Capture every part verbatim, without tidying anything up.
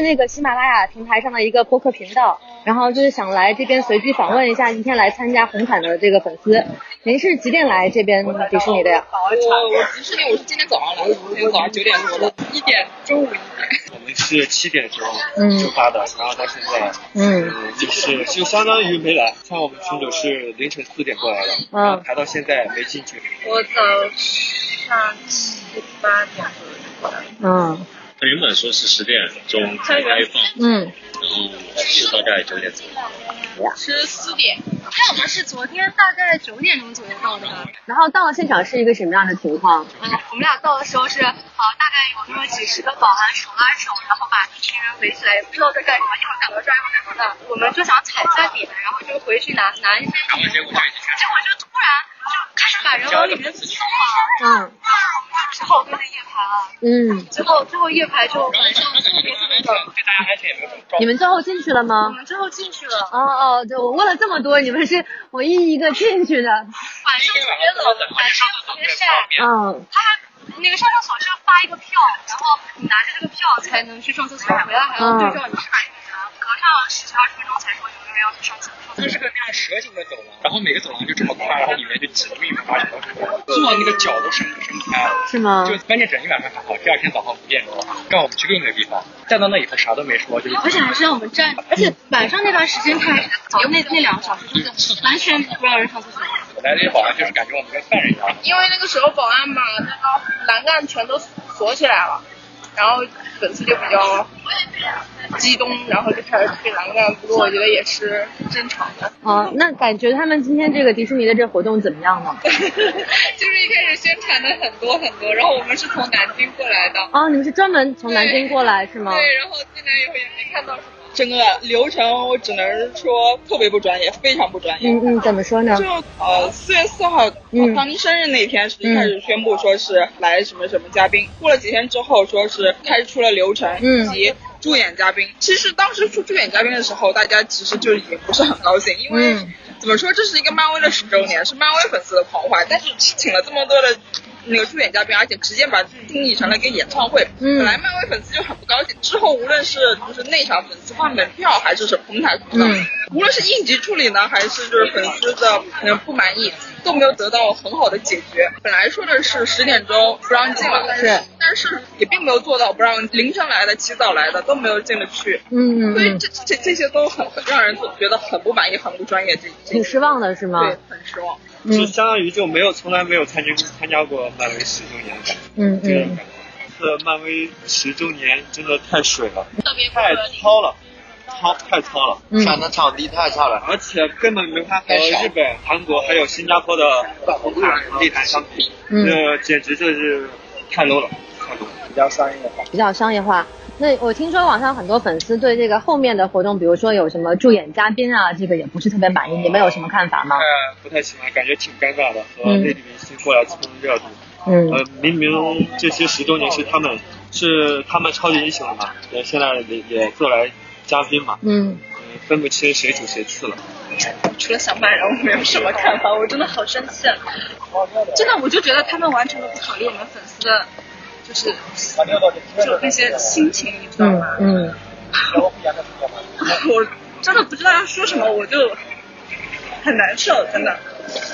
那个喜马拉雅平台上的一个播客频道，然后就是想来这边随机访问一下今天来参加红毯的这个粉丝。您是几点来这边迪士尼的呀？ 我我迪士尼我是今天早上来的，今天早上九点多的，一点中午一点。 我们是七点钟出发的，嗯、然后到现在，嗯，就是就相当于没来。像我们群主是凌晨四点过来的，嗯，然后排到现在没进去。 我早上七八点左右就过来了。 嗯。 他原本说是十点钟开放， 嗯， 然后是大概九点左右， 十四点。那我们是昨天大概九点钟左右到的。 然后到了现场是一个什么样的情况？ 嗯，我们俩到的时候是，呃，大概有那么几十个保安手拉手，然后把一群人围起来，也不知道在干什么，一会儿赶到这儿，一会儿赶到那儿。我们就想踩在点，然后就回去拿拿一些然后结果就已经结果就突然就开始把人往里面送了。 嗯， 然后我们就只好跟着夜排了。 嗯， 最后最后夜排就晚上特别特别冷， 对大家安全也没有什么照顾。 你们最后进去了吗？ 我们最后进去了。 哦哦，对，我问了这么多，你们是唯一一个进去的。 晚上特别冷，白天特别晒。 嗯， 他还那个上厕所是要发一个票，然后你拿着这个票才能去上厕所，回来还要对照你是哪一个人，隔上十几二十分钟才说有人要去上厕所。 它是个那样蛇形的走廊，然后每个走廊就这么宽，然后里面就挤得密密麻麻全都是人，坐那个脚都伸伸不开。 是吗？ 就关键整一晚上还好，第二天早上五点钟让我们去另一个地方，站到那以后啥都没说，就是而且还是让我们站，而且晚上那段时间太早，那那两个小时就是完全不让人上厕所。 我来那些保安就是感觉我们跟犯人一样， 因为那个时候保安把那个栏杆全都锁起来了，然后粉丝就比较激动，然后就开始推栏杆，不过我觉得也是正常的。 哦，那感觉他们今天这个迪士尼的这个活动怎么样呢？ 就是一开始宣传的很多很多，然后我们是从南京过来的。 哦，你们是专门从南京过来是吗？ 对，然后进来以后也没看到什么。 整个流程我只能说特别不专业，非常不专业。 嗯嗯，怎么说呢？ 就呃四月四号， 嗯， 当你生日那天是一开始宣布说是来什么什么嘉宾，嗯、过了几天之后说是开始出了流程以及助演嘉宾。嗯、其实当时出助演嘉宾的时候，大家其实就已经不是很高兴，因为、嗯、怎么说这是一个漫威的十周年，是漫威粉丝的狂欢，但是请了这么多的。那个助演嘉宾，而且直接把定义成了一个演唱会。嗯，本来漫威粉丝就很不高兴，之后无论是就是内场粉丝换门票，还是什么红毯上，嗯，无论是应急处理呢，还是就是粉丝的嗯不满意，都没有得到很好的解决。本来说的是十点钟不让进了，但是但是也并没有做到不让凌晨来的、起早来的都没有进得去。嗯嗯，所以这这这些都很让人觉得很不满意、很不专业，这挺失望的是吗？ 对，很失望。 就相当于就没有从来没有参加参加过漫威十周年的感觉，嗯这种感觉。这漫威十周年真的太水了， 特别太糙了，糙太糙了， 嗯，上的场地太差了， 而且根本没法和日本、韩国还有新加坡的红毯地毯相比，嗯，这简直就是太 low 了，太 low 了，比较商业化， 比较商业化。那我听说网上很多粉丝对这个后面的活动，比如说有什么助演嘉宾啊，这个也不是特别满意，你们有什么看法吗？ 呃，不太喜欢，感觉挺尴尬的，和内地明星过来蹭热度。嗯，呃，明明这些十周年是他们是他们超级英雄嘛，呃，现在也也做来嘉宾嘛，嗯，呃、分不清谁主谁次了。 除了想骂人，我没有什么看法，我真的好生气，真的，我就觉得他们完全都不考虑我们粉丝的。就是就那些心情，你知道吗？嗯。嗯我真的不知道要说什么，我就很难受，真的。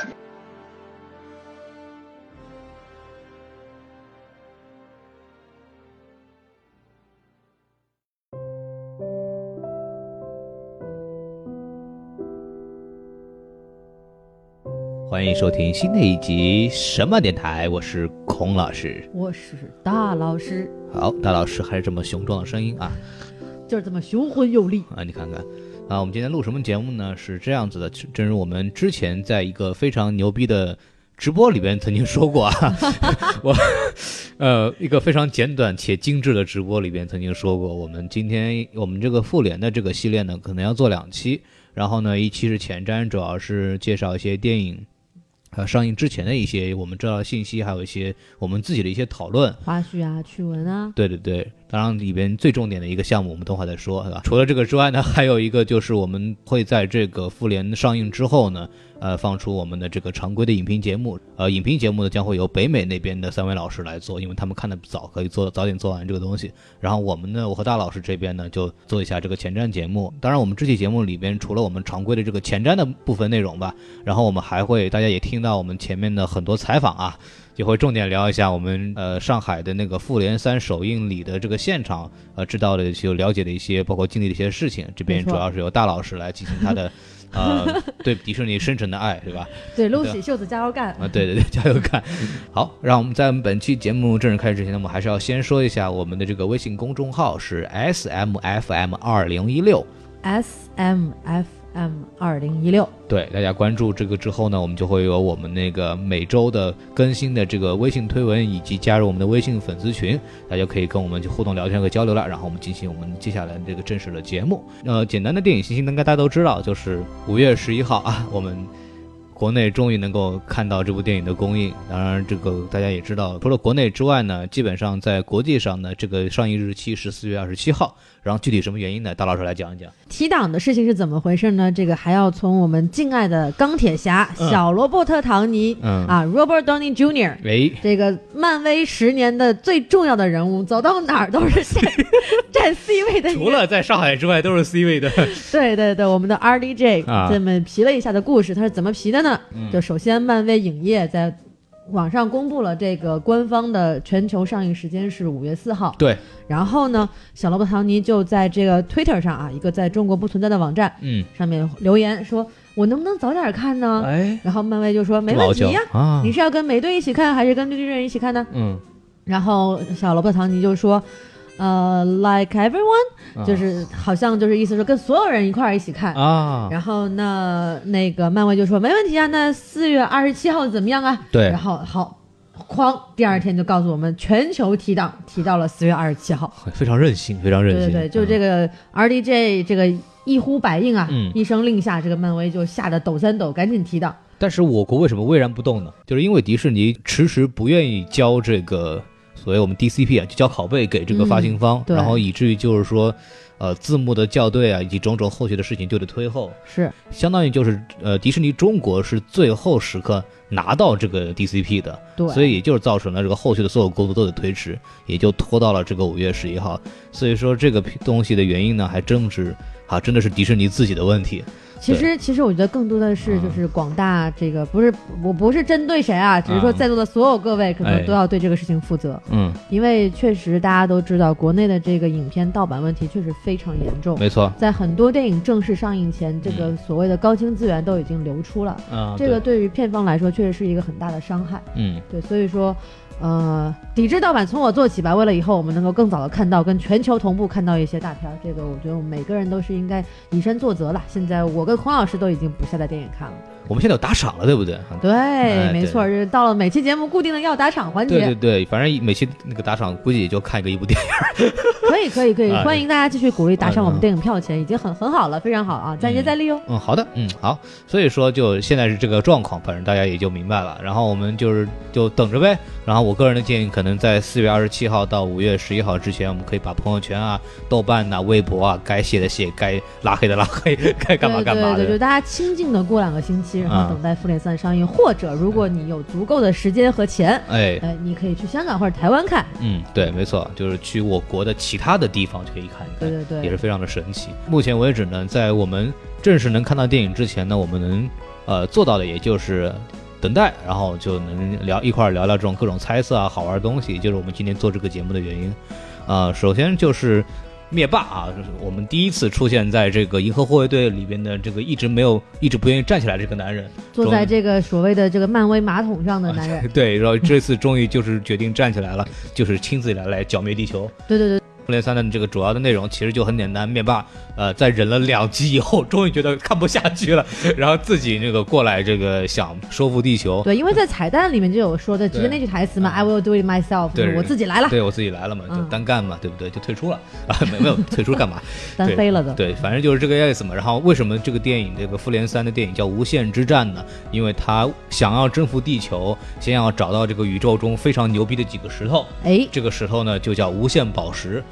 欢迎收听新的一集什么电台，我是孔老师， 我是大老师。 好，大老师还是这么雄壮的声音啊， 就是这么雄浑有力啊！你看看啊，我们今天录什么节目呢？是这样子的，正如我们之前在一个非常牛逼的直播里边曾经说过啊，我呃一个非常简短且精致的直播里边曾经说过，我们今天我们这个复联的这个系列呢，可能要做两期，然后呢，一期是前瞻，主要是介绍一些电影。呃，上映之前的一些我们知道的信息，还有一些我们自己的一些讨论、 花絮啊、趣闻啊。 对对对， 当然里边最重点的一个项目我们等会再说，对吧？除了这个之外呢，还有一个就是我们会在这个复联上映之后呢，呃，放出我们的这个常规的影评节目。呃，影评节目呢将会由北美那边的三位老师来做，因为他们看得早，可以做早点做完这个东西。然后我们呢，我和大老师这边呢就做一下这个前瞻节目。当然，我们这期节目里边除了我们常规的这个前瞻的部分内容吧，然后我们还会大家也听到我们前面的很多采访啊。也会重点聊一下我们呃上海的那个复联三首映礼的这个现场，呃知道的就了解的一些，包括经历的一些事情。这边主要是由大老师来进行他的呃对迪士尼深沉的爱，对吧？ 对，撸起袖子加油干啊！对对对，加油干！好，让我们在本期节目正式开始之前呢，我们还是要先说一下我们的这个微信公众号是 S M F M 二零一六 S M F M 二零一六， 对，大家关注这个之后呢，我们就会有我们那个每周的更新的这个微信推文，以及加入我们的微信粉丝群，大家可以跟我们去互动聊天和交流了。然后我们进行我们接下来的这个正式的节目。呃，简单的电影信息应该大家都知道，就是五月十一号啊，我们国内终于能够看到这部电影的公映。当然这个大家也知道，除了国内之外呢，基本上在国际上呢，这个上映日期是四月二十七号。然后具体什么原因呢？大老师来讲一讲。 提档的事情是怎么回事呢？这个还要从我们敬爱的钢铁侠、嗯、小罗伯特·唐尼、嗯、啊 ，Robert Downey Junior 哎， 这个漫威十年的最重要的人物，走到哪儿都是占占 C 位的。 除了在上海之外，都是 C 位的。 对对对，我们的 R D J 这么皮了一下的故事，他是怎么皮的呢？嗯、就首先，漫威影业在网上公布了这个官方的全球上映时间是五月四号。 对。 然后呢，小罗伯特·唐尼就在这个 Twitter 上啊，一个在中国不存在的网站，嗯，上面留言说：“我能不能早点看呢？”哎，然后漫威就说：“没问题呀、啊，啊、你是要跟美队一起看，还是跟绿巨人一起看呢？”嗯。然后小罗伯特·唐尼就说：“呃 ，like everyone，、啊、就是好像就是意思说跟所有人一块儿一起看啊。然后那那个漫威就说没问题啊，那四月二十七号怎么样啊？ 对。 然后好。哐！第二天就告诉我们全球提档提到了四月二十七号， 非常任性，非常任性。 对对对，就这个 R D J 这个一呼百应啊，嗯、一声令下，这个漫威就吓得抖三抖，赶紧提档。 但是我国为什么巍然不动呢？就是因为迪士尼迟迟不愿意交这个所谓我们 D C P 啊，就交拷贝给这个发行方，嗯、然后以至于就是说。呃，字幕的校对啊，以及种种后续的事情就得推后， 是相当于就是呃，迪士尼中国是最后时刻拿到这个 D C P 的， 对， 所以也就是造成了这个后续的所有工作都得推迟，也就拖到了这个五月十一号。所以说这个东西的原因呢，还真是啊，真的是迪士尼自己的问题。 其实，其实我觉得更多的是就是广大这个不是我不是针对谁啊，只是说在座的所有各位可能都要对这个事情负责。嗯，因为确实大家都知道，国内的这个影片盗版问题确实非常严重。 没错， 在很多电影正式上映前，这个所谓的高清资源都已经流出了。嗯，这个对于片方来说确实是一个很大的伤害。嗯，对，所以说。呃，抵制盗版从我做起吧，为了以后我们能够更早的看到跟全球同步看到一些大片，这个我觉得我们每个人都是应该以身作则了。现在我跟孔老师都已经不下载电影看了。 我们现在有打赏了，对不对？ 对，哎、没错，是到了每期节目固定的要打赏环节。 对对对，反正每期那个打赏估计也就看一个一部电影。 可以可以可以，欢迎大家继续鼓励打赏我们电影票钱，已经很很好了，非常好啊，再接再厉哦。 嗯，好的，嗯好，所以说就现在是这个状况，反正大家也就明白了。然后我们就是就等着呗。然后我个人的建议，可能在四月二十七号到五月十一号之前，我们可以把朋友圈啊、豆瓣呐、啊、微博啊，该写的写，该拉黑的拉黑，该干嘛干嘛的。 对对对，就大家清静的过两个星期，然后等待复联三上映，或者如果你有足够的时间和钱，哎哎，你可以去香港或者台湾看。 嗯，对，没错，就是去我国的其他的地方就可以看一看， 对对对， 也是非常的神奇。目前为止呢，在我们正式能看到电影之前呢，我们能呃做到的也就是等待，然后就能聊一块聊聊这种各种猜测啊、好玩的东西，就是我们今天做这个节目的原因。呃，首先就是灭霸啊，我们第一次出现在这个银河护卫队里边的这个一直没有、一直不愿意站起来这个男人， 坐在这个所谓的这个漫威马桶上的男人。 对，然后这次终于就是决定站起来了，就是亲自来来剿灭地球。 对对对。 复联三的这个主要的内容其实就很简单，灭霸呃在忍了两集以后，终于觉得看不下去了，然后自己那个过来这个想收复地球。 对，因为在彩蛋里面就有说的，直接那句台词嘛 ，I will do it myself， 对， 我自己来了， 对我自己来了嘛，就单干嘛，对不对？就退出了啊，没没有退出干嘛？ 单飞了的。 对，反正就是这个意思嘛。然后为什么这个电影这个复联三的电影叫无限之战呢？因为他想要征服地球，先要找到这个宇宙中非常牛逼的几个石头，哎，这个石头呢就叫无限宝石。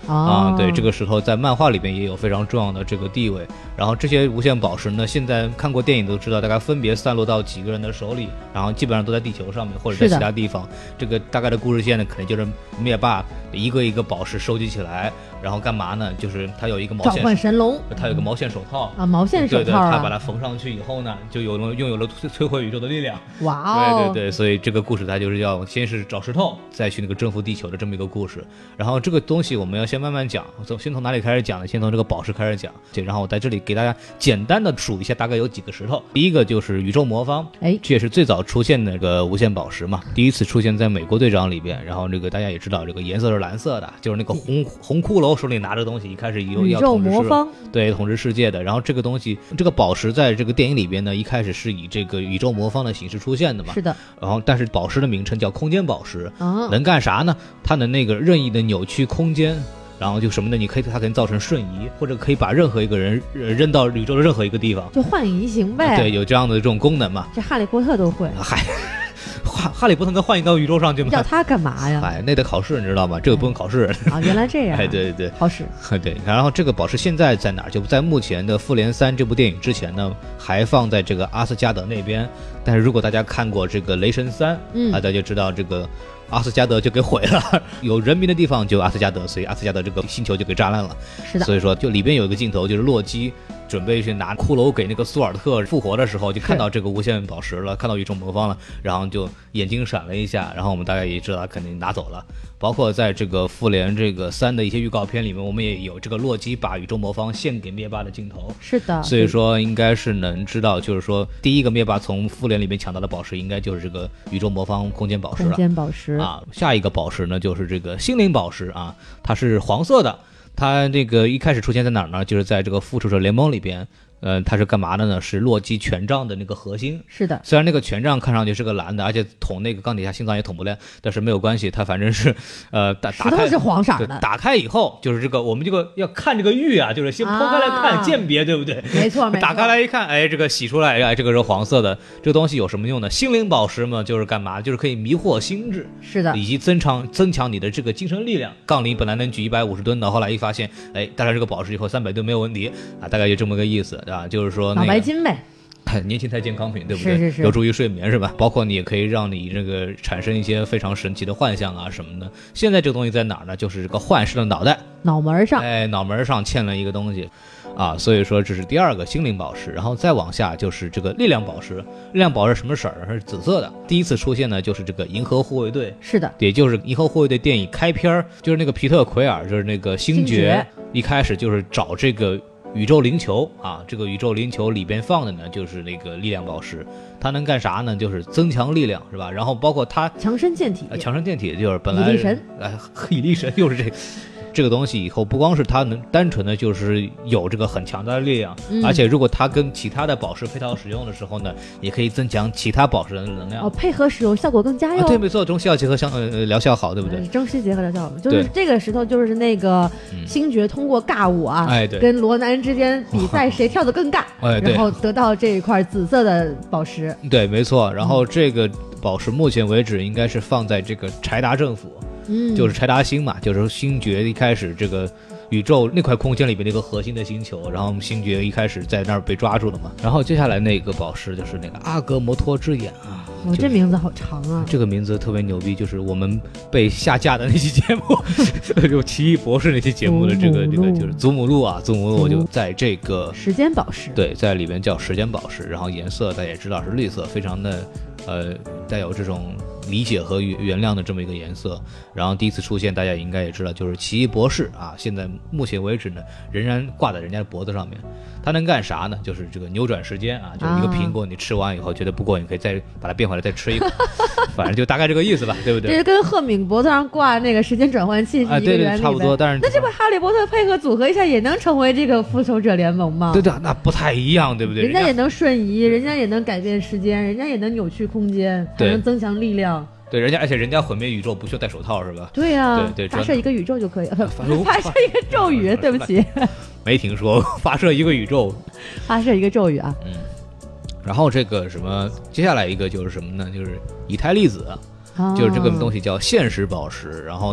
啊，对，这个石头在漫画里边也有非常重要的这个地位。然后这些无限宝石呢，现在看过电影都知道，大概分别散落到几个人的手里，然后基本上都在地球上面或者在其他地方。这个大概的故事线呢，肯定就是灭霸一个一个宝石收集起来，然后干嘛呢？就是他有一个毛线召唤神龙， 他有个毛线手套啊，毛线手套、啊， 对对，他把它缝上去以后呢，就有了拥有了摧毁宇宙的力量。 哇哦，对对对，所以这个故事它就是要先是找石头，再去那个征服地球的这么一个故事。然后这个东西我们要先慢慢讲，先从哪里开始讲呢？先从这个宝石开始讲。然后我在这里给大家简单的数一下，大概有几个石头。第一个就是宇宙魔方， 哎， 这也是最早出现的那个无限宝石嘛，第一次出现在美国队长里边。然后这个大家也知道，这个颜色是蓝色的，就是那个红红骷髅手里拿着东西，一开始有要统治宇宙魔方， 对，统治世界的。然后这个东西，这个宝石在这个电影里边呢，一开始是以这个宇宙魔方的形式出现的嘛， 是的。 然后但是宝石的名称叫空间宝石，啊、能干啥呢？它能那个任意的扭曲空间。然后就什么的，你可以它可以造成瞬移，或者可以把任何一个人扔到宇宙的任何一个地方， 就幻移型呗。 对，有这样的这种功能嘛。 这哈利波特都会。 嗨，哈哈利波特能幻移到宇宙上去吗？ 要他干嘛呀？ 哎，那得考试，你知道吗？这个不用考试。 啊，原来这样。 哎，对对对， 好使。 对，然后这个宝石现在在哪儿？就在目前的《复联三》这部电影之前呢，还放在这个阿斯加德那边。但是如果大家看过这个《雷神三》，嗯，大家就知道这个。阿斯加德就给毁了，有人民的地方就有阿斯加德，所以阿斯加德这个星球就给炸烂了。 是的， 所以说就里边有一个镜头，就是洛基准备去拿骷髅给那个苏尔特复活的时候，就看到这个无限宝石了，看到宇宙魔方了，然后就眼睛闪了一下，然后我们大概也知道他肯定拿走了。包括在这个复联这个三的一些预告片里面，我们也有这个洛基把宇宙魔方献给灭霸的镜头。 是的， 所以说应该是能知道，就是说第一个灭霸从复联里面抢到的宝石，应该就是这个宇宙魔方空间宝石了。 空间宝石啊，下一个宝石呢就是这个心灵宝石啊，它是黄色的。它这个一开始出现在哪儿呢？就是在这个复仇者联盟里边。呃，它是干嘛的呢？是洛基权杖的那个核心。 是的， 虽然那个权杖看上去是个蓝的，而且捅那个钢铁侠心脏也捅不烂，但是没有关系，它反正是，呃，打打开是黄色的。 打开以后就是这个，我们这个要看这个玉啊，就是先剖开来看、啊、鉴别，对不对？ 没错，没错。 打开来一看，哎，这个洗出来，哎，这个是黄色的。这个东西有什么用呢？心灵宝石嘛，就是干嘛？就是可以迷惑心智， 是的， 以及增强增强你的这个精神力量。杠铃本来能举一百五十吨的，后来一发现，哎，带上这个宝石以后三百吨没有问题啊，大概就这么个意思，对吧？就是说、那个。 白金呗， 年轻态健康品，对不对？ 是是是， 有助于睡眠，是吧？包括你也可以让你这个产生一些非常神奇的幻象啊什么的。现在这个东西在哪儿呢？就是这个幻视的脑袋， 脑门上， 哎，脑门上嵌了一个东西，啊，所以说这是第二个心灵宝石。然后再往下就是这个力量宝石。力量宝石什么色儿？是紫色的。第一次出现呢，就是这个银河护卫队， 是的， 也就是银河护卫队电影开篇就是那个皮特奎尔，就是那个星爵，一开始就是找这个。宇宙灵球啊，这个宇宙灵球里边放的呢，就是那个力量宝石，它能干啥呢？就是增强力量，是吧？然后包括它强身健体， 呃、强身健体就是本来以力神， 哎，以力神又是这个。这个东西以后不光是它能单纯的就是有这个很强大的力量、嗯、而且如果它跟其他的宝石配套使用的时候呢，也可以增强其他宝石的能量哦，配合使用效果更佳哟、 啊、对，没错，中西药结合相呃疗效好，对不对？ 中西结合疗效好，就是这个石头就是那个星爵通过尬舞啊， 哎、嗯，对， 跟罗南之间比赛谁跳得更尬， 哎， 然后得到这一块紫色的宝石， 对，没错。然后这个宝石目前为止应该是放在这个柴达政府。 嗯， 就是柴达星嘛，就是星爵一开始这个宇宙那块空间里边那个核心的星球，然后星爵一开始在那儿被抓住了嘛。然后接下来那个宝石就是那个阿格摩托之眼啊， 哦，这名字好长啊！ 这个名字特别牛逼，就是我们被下架的那期节目，就奇异博士那期节目的这个这个就是祖母绿啊，祖母绿我就在这个时间宝石， 对，在里边叫时间宝石，然后颜色大家也知道是绿色，非常的呃带有这种。理解和原谅的这么一个颜色，然后第一次出现，大家应该也知道，就是奇异博士啊。现在目前为止呢，仍然挂在人家的脖子上面。它能干啥呢？就是这个扭转时间啊，就是一个苹果，你吃完以后觉得不过瘾，可以再把它变回来再吃一口，反正就大概这个意思吧，对不对？ 这是跟赫敏脖子上挂那个时间转换器是一个原理、啊、 对对，差不多。但是那这不哈利波特配合组合一下，也能成为这个复仇者联盟吗？ 对对，那不太一样，对不对？ 人家也能瞬移，人家也能改变时间，人家也能扭曲空间，还能增强力量。 对，人家而且人家毁灭宇宙不需要戴手套是吧？ 对呀、 啊，对对， 发射一个宇宙就可以了。发射一个咒语，对不起， 没听说发射一个宇宙， 发射一个咒语啊。 嗯，然后这个什么，接下来一个就是什么呢？就是以太粒子，啊、就是这个东西叫现实宝石。然后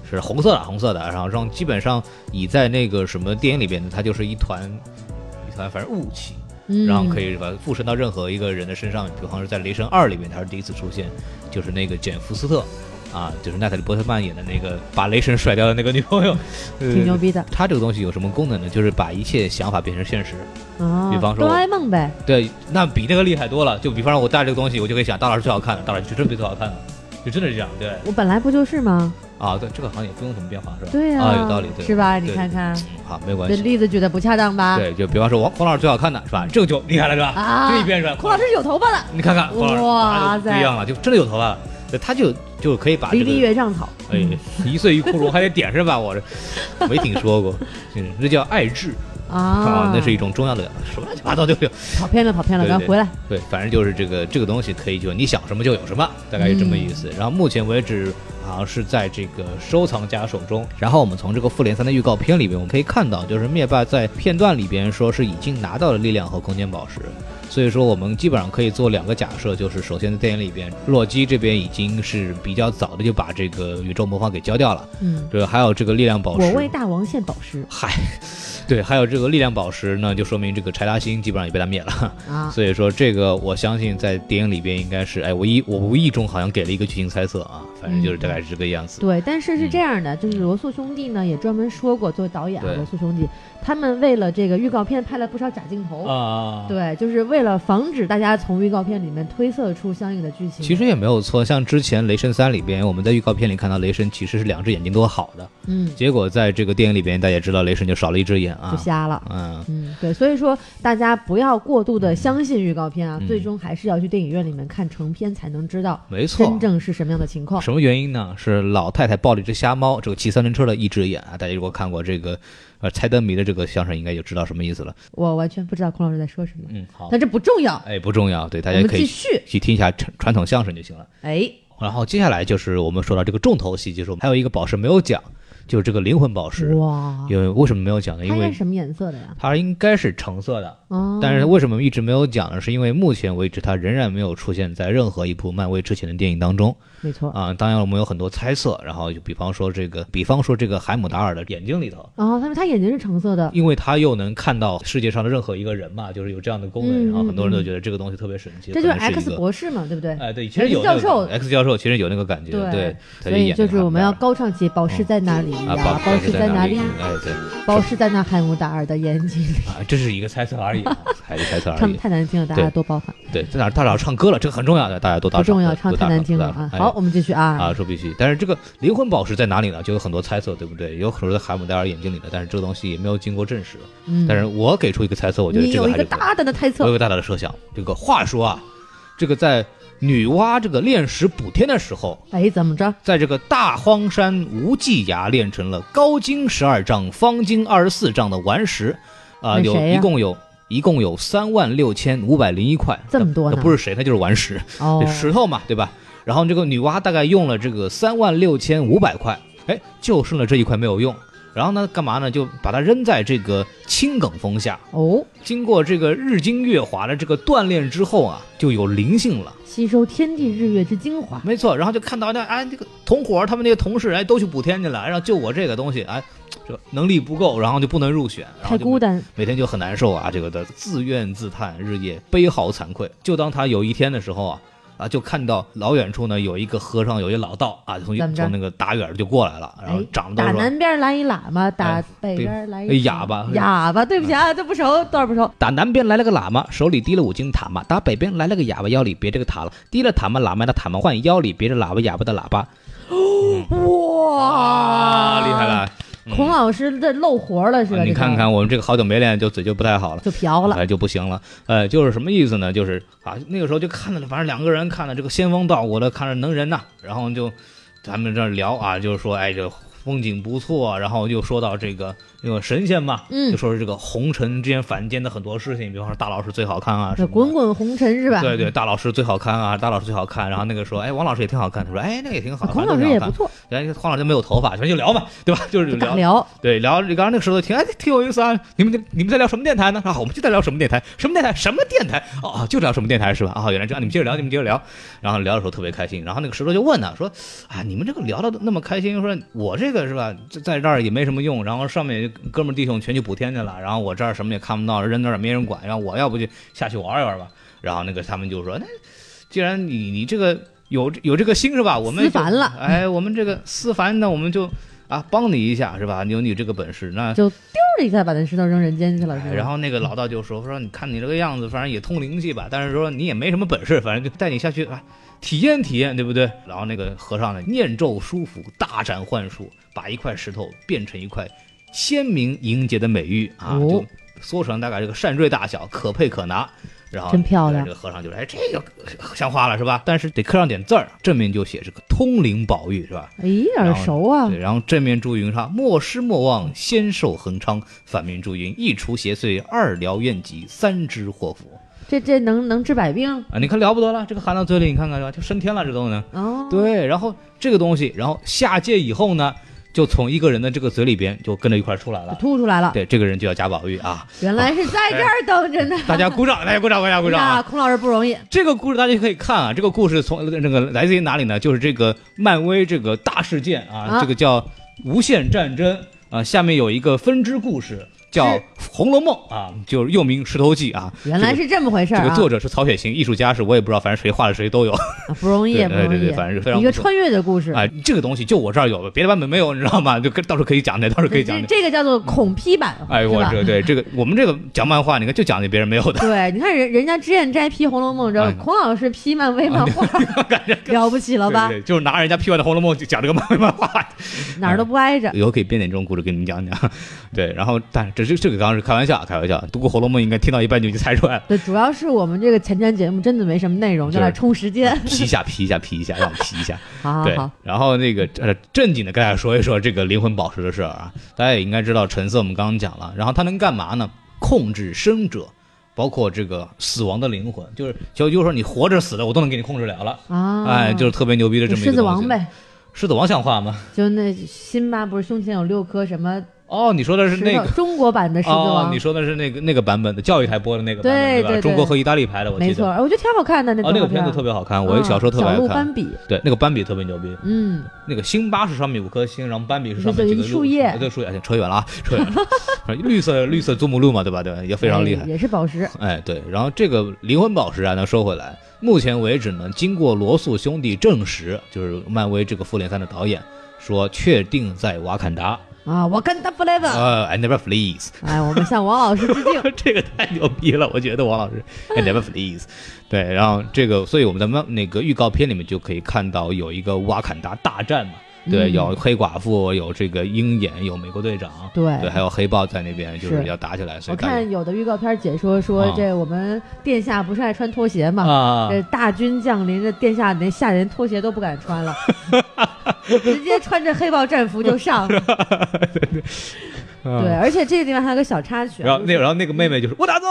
是红色的，红色的，然后让基本上你在那个什么电影里边呢，它就是一团一团反正雾气。嗯、然后可以把附身到任何一个人的身上，比方说在《雷神二》里面，他是第一次出现，就是那个简·福斯特，啊，就是奈特里·波特曼演的那个把雷神甩掉的那个女朋友， 挺牛逼的。 他这个东西有什么功能呢？就是把一切想法变成现实。哦，比方说哆啦 A 梦呗。 对，那比那个厉害多了。就比方说我带这个东西，我就可以想大老师最好看的，大老师就真比最好看的，就真的是这样。对， 我本来不就是吗？ 啊，对，这个好像也不用怎么变化，是吧？ 对呀、 啊，啊，有道理，对， 是吧？你看看， 好，没有关系。 这例子举的不恰当吧？ 对，就比方说王黄老师最好看的是吧？这个就厉害了，是吧？啊，这一变出来， 孔老师是有头发的， 你看看，哇塞，不一样了，就真的有头发了。他就就可以把这个离离原上草， 哎，一岁一枯荣还得点是吧？我这没听说过，嗯，这叫爱治。啊，那是一种中药的什么乱七八糟就有， 跑偏了，跑偏了，咱回来。 对，反正就是这个这个东西可以就你想什么就有什么，大概是这么意思。嗯、然后目前为止好像是在这个收藏家手中。然后我们从这个复联三的预告片里边，我们可以看到，就是灭霸在片段里边说是已经拿到了力量和空间宝石。所以说我们基本上可以做两个假设，就是首先在电影里边，洛基这边已经是比较早的就把这个宇宙魔方给交掉了，嗯，这个还有这个力量宝石， 我为大王献宝石， 嗨，对，还有这个力量宝石呢，就说明这个柴达星基本上也被他灭了啊。所以说这个我相信在电影里边应该是，哎，我一我无意中好像给了一个剧情猜测啊，反正就是大概是这个样子。 嗯、对，但是是这样的，嗯、就是罗素兄弟呢也专门说过，作为导演啊，罗素兄弟他们为了这个预告片拍了不少假镜头啊，对，就是为了防止大家从预告片里面推测出相应的剧情。 其实也没有错，像之前雷神三里边，我们在预告片里看到雷神其实是两只眼睛都好的，嗯，结果在这个电影里边，大家也知道雷神就少了一只眼啊， 就瞎了，嗯嗯，对，所以说大家不要过度的相信预告片啊，嗯、最终还是要去电影院里面看成片才能知道， 没错， 真正是什么样的情况。 什么原因呢？是老太太抱了一只瞎猫，这个骑三轮车的一只眼啊，大家如果看过这个。呃，猜灯谜的这个相声应该就知道什么意思了。 我完全不知道孔老师在说什么。 嗯，好， 但这不重要。 哎，不重要，对，大家可以继续去听一下传统相声就行了。 哎， 然后接下来就是我们说到这个重头戏，就是还有一个宝石没有讲，就是这个灵魂宝石。哇，因为为什么没有讲呢？因为它是什么颜色的呀？ 它应该是橙色的。哦，但是为什么一直没有讲呢？是因为目前为止它仍然没有出现在任何一部漫威之前的电影当中。 没错啊，当然我们有很多猜测，然后就比方说这个，比方说这个海姆达尔的眼睛里头， 哦，他们他眼睛是橙色的， 因为他又能看到世界上的任何一个人嘛，就是有这样的功能，嗯、然后很多人都觉得这个东西特别神奇。 这就是 X 博士嘛，对不对？ 哎，对，其实有、那个、 X 教授 ，X 教授其实有那个感觉，对，对所以就是我们要高唱起宝石在哪里呀、 嗯啊？ 宝石在哪里？ 哎，对， 宝石在那海姆达尔的眼睛里。 啊，这是一个猜测而已，还是猜测而已。 唱太难听了，大家多包涵。 对，在哪大佬唱歌了，这个很重要的，大家多打赏。 不重要，唱太难听了啊！好，我们继续啊。 啊，说必须。但是这个灵魂宝石在哪里呢？就有很多猜测，对不对？有很多在海姆达尔眼睛里的，但是这个东西也没有经过证实。嗯。但是我给出一个猜测，我觉得这个还是有一个大胆的猜测， 我有一个大胆的设想。这个话说啊，这个在女娲这个炼石补天的时候， 哎，怎么着？ 在这个大荒山无际崖炼成了高经十二丈、方经二十四丈的顽石，啊、呃，有一共有。一共有三万六千五百零一块， 这么多呢？ 那不是谁，那就是顽石，哦，石头嘛，对吧？然后这个女娲大概用了这个三万六千五百块，哎，就剩了这一块没有用。然后呢，干嘛呢？就把它扔在这个青埂峰下。哦，经过这个日精月华的这个锻炼之后啊，就有灵性了， 吸收天地日月之精华。 没错，然后就看到那哎，这个同伙他们那些同事哎都去补天去了，然后就我这个东西哎。这能力不够，然后就不能入选， 太孤单， 每天就很难受啊！这个的自怨自叹，日夜悲嚎惭愧。就当他有一天的时候啊，啊，就看到老远处呢有一个和尚，有一老道啊，从从那个打远就过来了，然后长得打南边来一喇嘛，打北边来一哑巴， 哑巴，对不起啊，这不熟，多少不熟。 打南边来了个喇嘛，手里提了五斤塔嘛；打北边来了个哑巴，腰里别这个塔了，提了塔嘛喇嘛的塔嘛换腰里别着喇叭哑巴的喇叭。 嗯、哇， 厉害了！ 孔老师这漏活了是吧？ 你看看我们这个好久没练，就嘴就不太好了， 就瓢了， 哎就不行了。呃，就是什么意思呢？就是啊，那个时候就看着，反正两个人看着这个仙风道骨的，看着能人呐、啊，然后就咱们这聊啊，就是说哎这风景不错，然后又说到这个那个神仙嘛，嗯，就说是这个红尘之间凡间的很多事情，比方说大老师最好看啊， 这滚滚红尘是吧？ 对对，大老师最好看啊，大老师最好看。然后那个说，哎，王老师也挺好看，他说，哎，那个也挺好， 孔老师也不错。 哎，黄老师没有头发，反正就聊嘛，对吧？就是聊聊， 对聊。你刚刚那个时候听，哎，挺有意思啊。你们你们在聊什么电台呢？啊，我们就在聊什么电台，什么电台，什么电台？哦，就聊什么电台是吧？啊，原来这样，你们接着聊，你们接着聊。然后聊的时候特别开心。然后那个石头就问他说，啊，你们这个聊的那么开心，说我这个是吧，在这儿也没什么用，然后上面哥们弟兄全去补天去了，然后我这儿什么也看不到，人那儿也没人管，然后我要不就下去玩一玩吧。然后那个他们就说，那既然你你这个有有这个心是吧，我们思凡了， 哎，我们这个思凡呢，我们就啊帮你一下是吧？有你这个本事，那就丢了一下把那石头扔人间去了。 然后那个老道就说说，你看你这个样子，反正也通灵气吧，但是说你也没什么本事，反正就带你下去啊。体验体验，对不对？然后那个和尚呢，念咒书符，大展幻术，把一块石头变成一块鲜明莹洁的美玉啊，哦、就缩成大概这个扇坠大小，可配可拿。然后真漂亮。 这个和尚就说：“哎，这个像话了是吧？但是得刻上点字儿，正面就写这个通灵宝玉是吧？ 哎，耳熟啊。 对，然后正面注云上莫失莫忘，仙寿恒昌；反面注云一除邪祟，二疗怨疾，三知祸福。” 这这能能治百病啊！你看了不得了，这个含到嘴里，你看看是吧？就升天了，这都能。 哦， 对，然后这个东西，然后下界以后呢，就从一个人的这个嘴里边就跟着一块出来了， 吐出来了。 对，这个人就要贾宝玉啊！ 原来是在这儿等着呢。 哎、大家鼓掌，大家鼓掌，大家鼓掌啊！ 孔老师不容易。 这个故事大家可以看啊，这个故事从那个来自于哪里呢？就是这个漫威这个大事件啊，啊这个叫无限战争啊，下面有一个分支故事。叫《红楼梦》啊，就是又名《石头记》啊。 原来是这么回事、啊这个。这个作者是曹雪芹，艺术家是我也不知道，反正谁画的谁都有， 啊、不容易，不容易。 对对对，反正是非常一个穿越的故事。 哎，这个东西就我这儿有，别的版本没有，你知道吗？就到时候可以讲的，到时候可以讲的。 这个叫做孔批版。 哎，我这对这个我们这个讲漫画，你看就讲的别人没有的。 对，你看人人家脂砚斋批《红楼梦》，知道、哎、孔老师批漫威漫画， 感觉了不起了吧？ 对对，就是拿人家批完的《红楼梦》就讲这个漫威漫画， 哪儿都不挨着。 以后可以编点这种故事给你们讲讲。对，然后但这是这个刚刚是开玩笑。开玩笑，读过《红楼梦》应该听到一半就已经猜出来了。 对，主要是我们这个前天节目真的没什么内容，就来充时间。 批一下，批一下，批一下，让我批一下。 好好好。 对，然后那个呃正经的跟大家说一说这个灵魂宝石的事儿啊，大家也应该知道成色我们刚刚讲了，然后它能干嘛呢？控制生者，包括这个死亡的灵魂，就是就就是说你活着死的我都能给你控制了了啊！哎，就是特别牛逼的这么一个东西。 狮子王呗。 狮子王像话吗？ 就那辛巴不是胸前有六颗什么？ 哦，你说的是那个中国版的狮子王、 哦，你说的是那个那个版本的教育台播的那个版本，对吧？ 对对对， 中国和意大利拍的，我记得。 没错，我觉得挺好看的那个。 哦，那个片子特别好看，我小时候特别爱看。 小鹿斑比， 对，那个斑比特别牛逼。 嗯， 那个辛巴是上面五颗星，然后斑比是上面几个树叶， 对，树叶，扯远了啊，扯远了。绿色绿色祖母绿嘛，对吧？对，也非常厉害， 哎、也是宝石。 哎，对，然后这个灵魂宝石啊，那说回来，目前为止呢，经过罗素兄弟证实，就是漫威这个复联三的导演说，确定在瓦坎达。 啊，我跟他 forever， 呃 ，I never flees。 哎，我们向王老师致敬， 这个太牛逼了，我觉得王老师 I never flees。对，然后这个，所以我们在那个预告片里面就可以看到有一个瓦坎达大战嘛。对，有黑寡妇，有这个鹰眼，有美国队长， 对对，还有黑豹在那边，就是要打起来。所以我看有的预告片解说说，这我们殿下不是爱穿拖鞋嘛？啊，这大军降临，这殿下连下连拖鞋都不敢穿了，直接穿着黑豹战服就上。对对。对，而且这个地方还有个小插曲， 然后那然后那个妹妹就是我打走。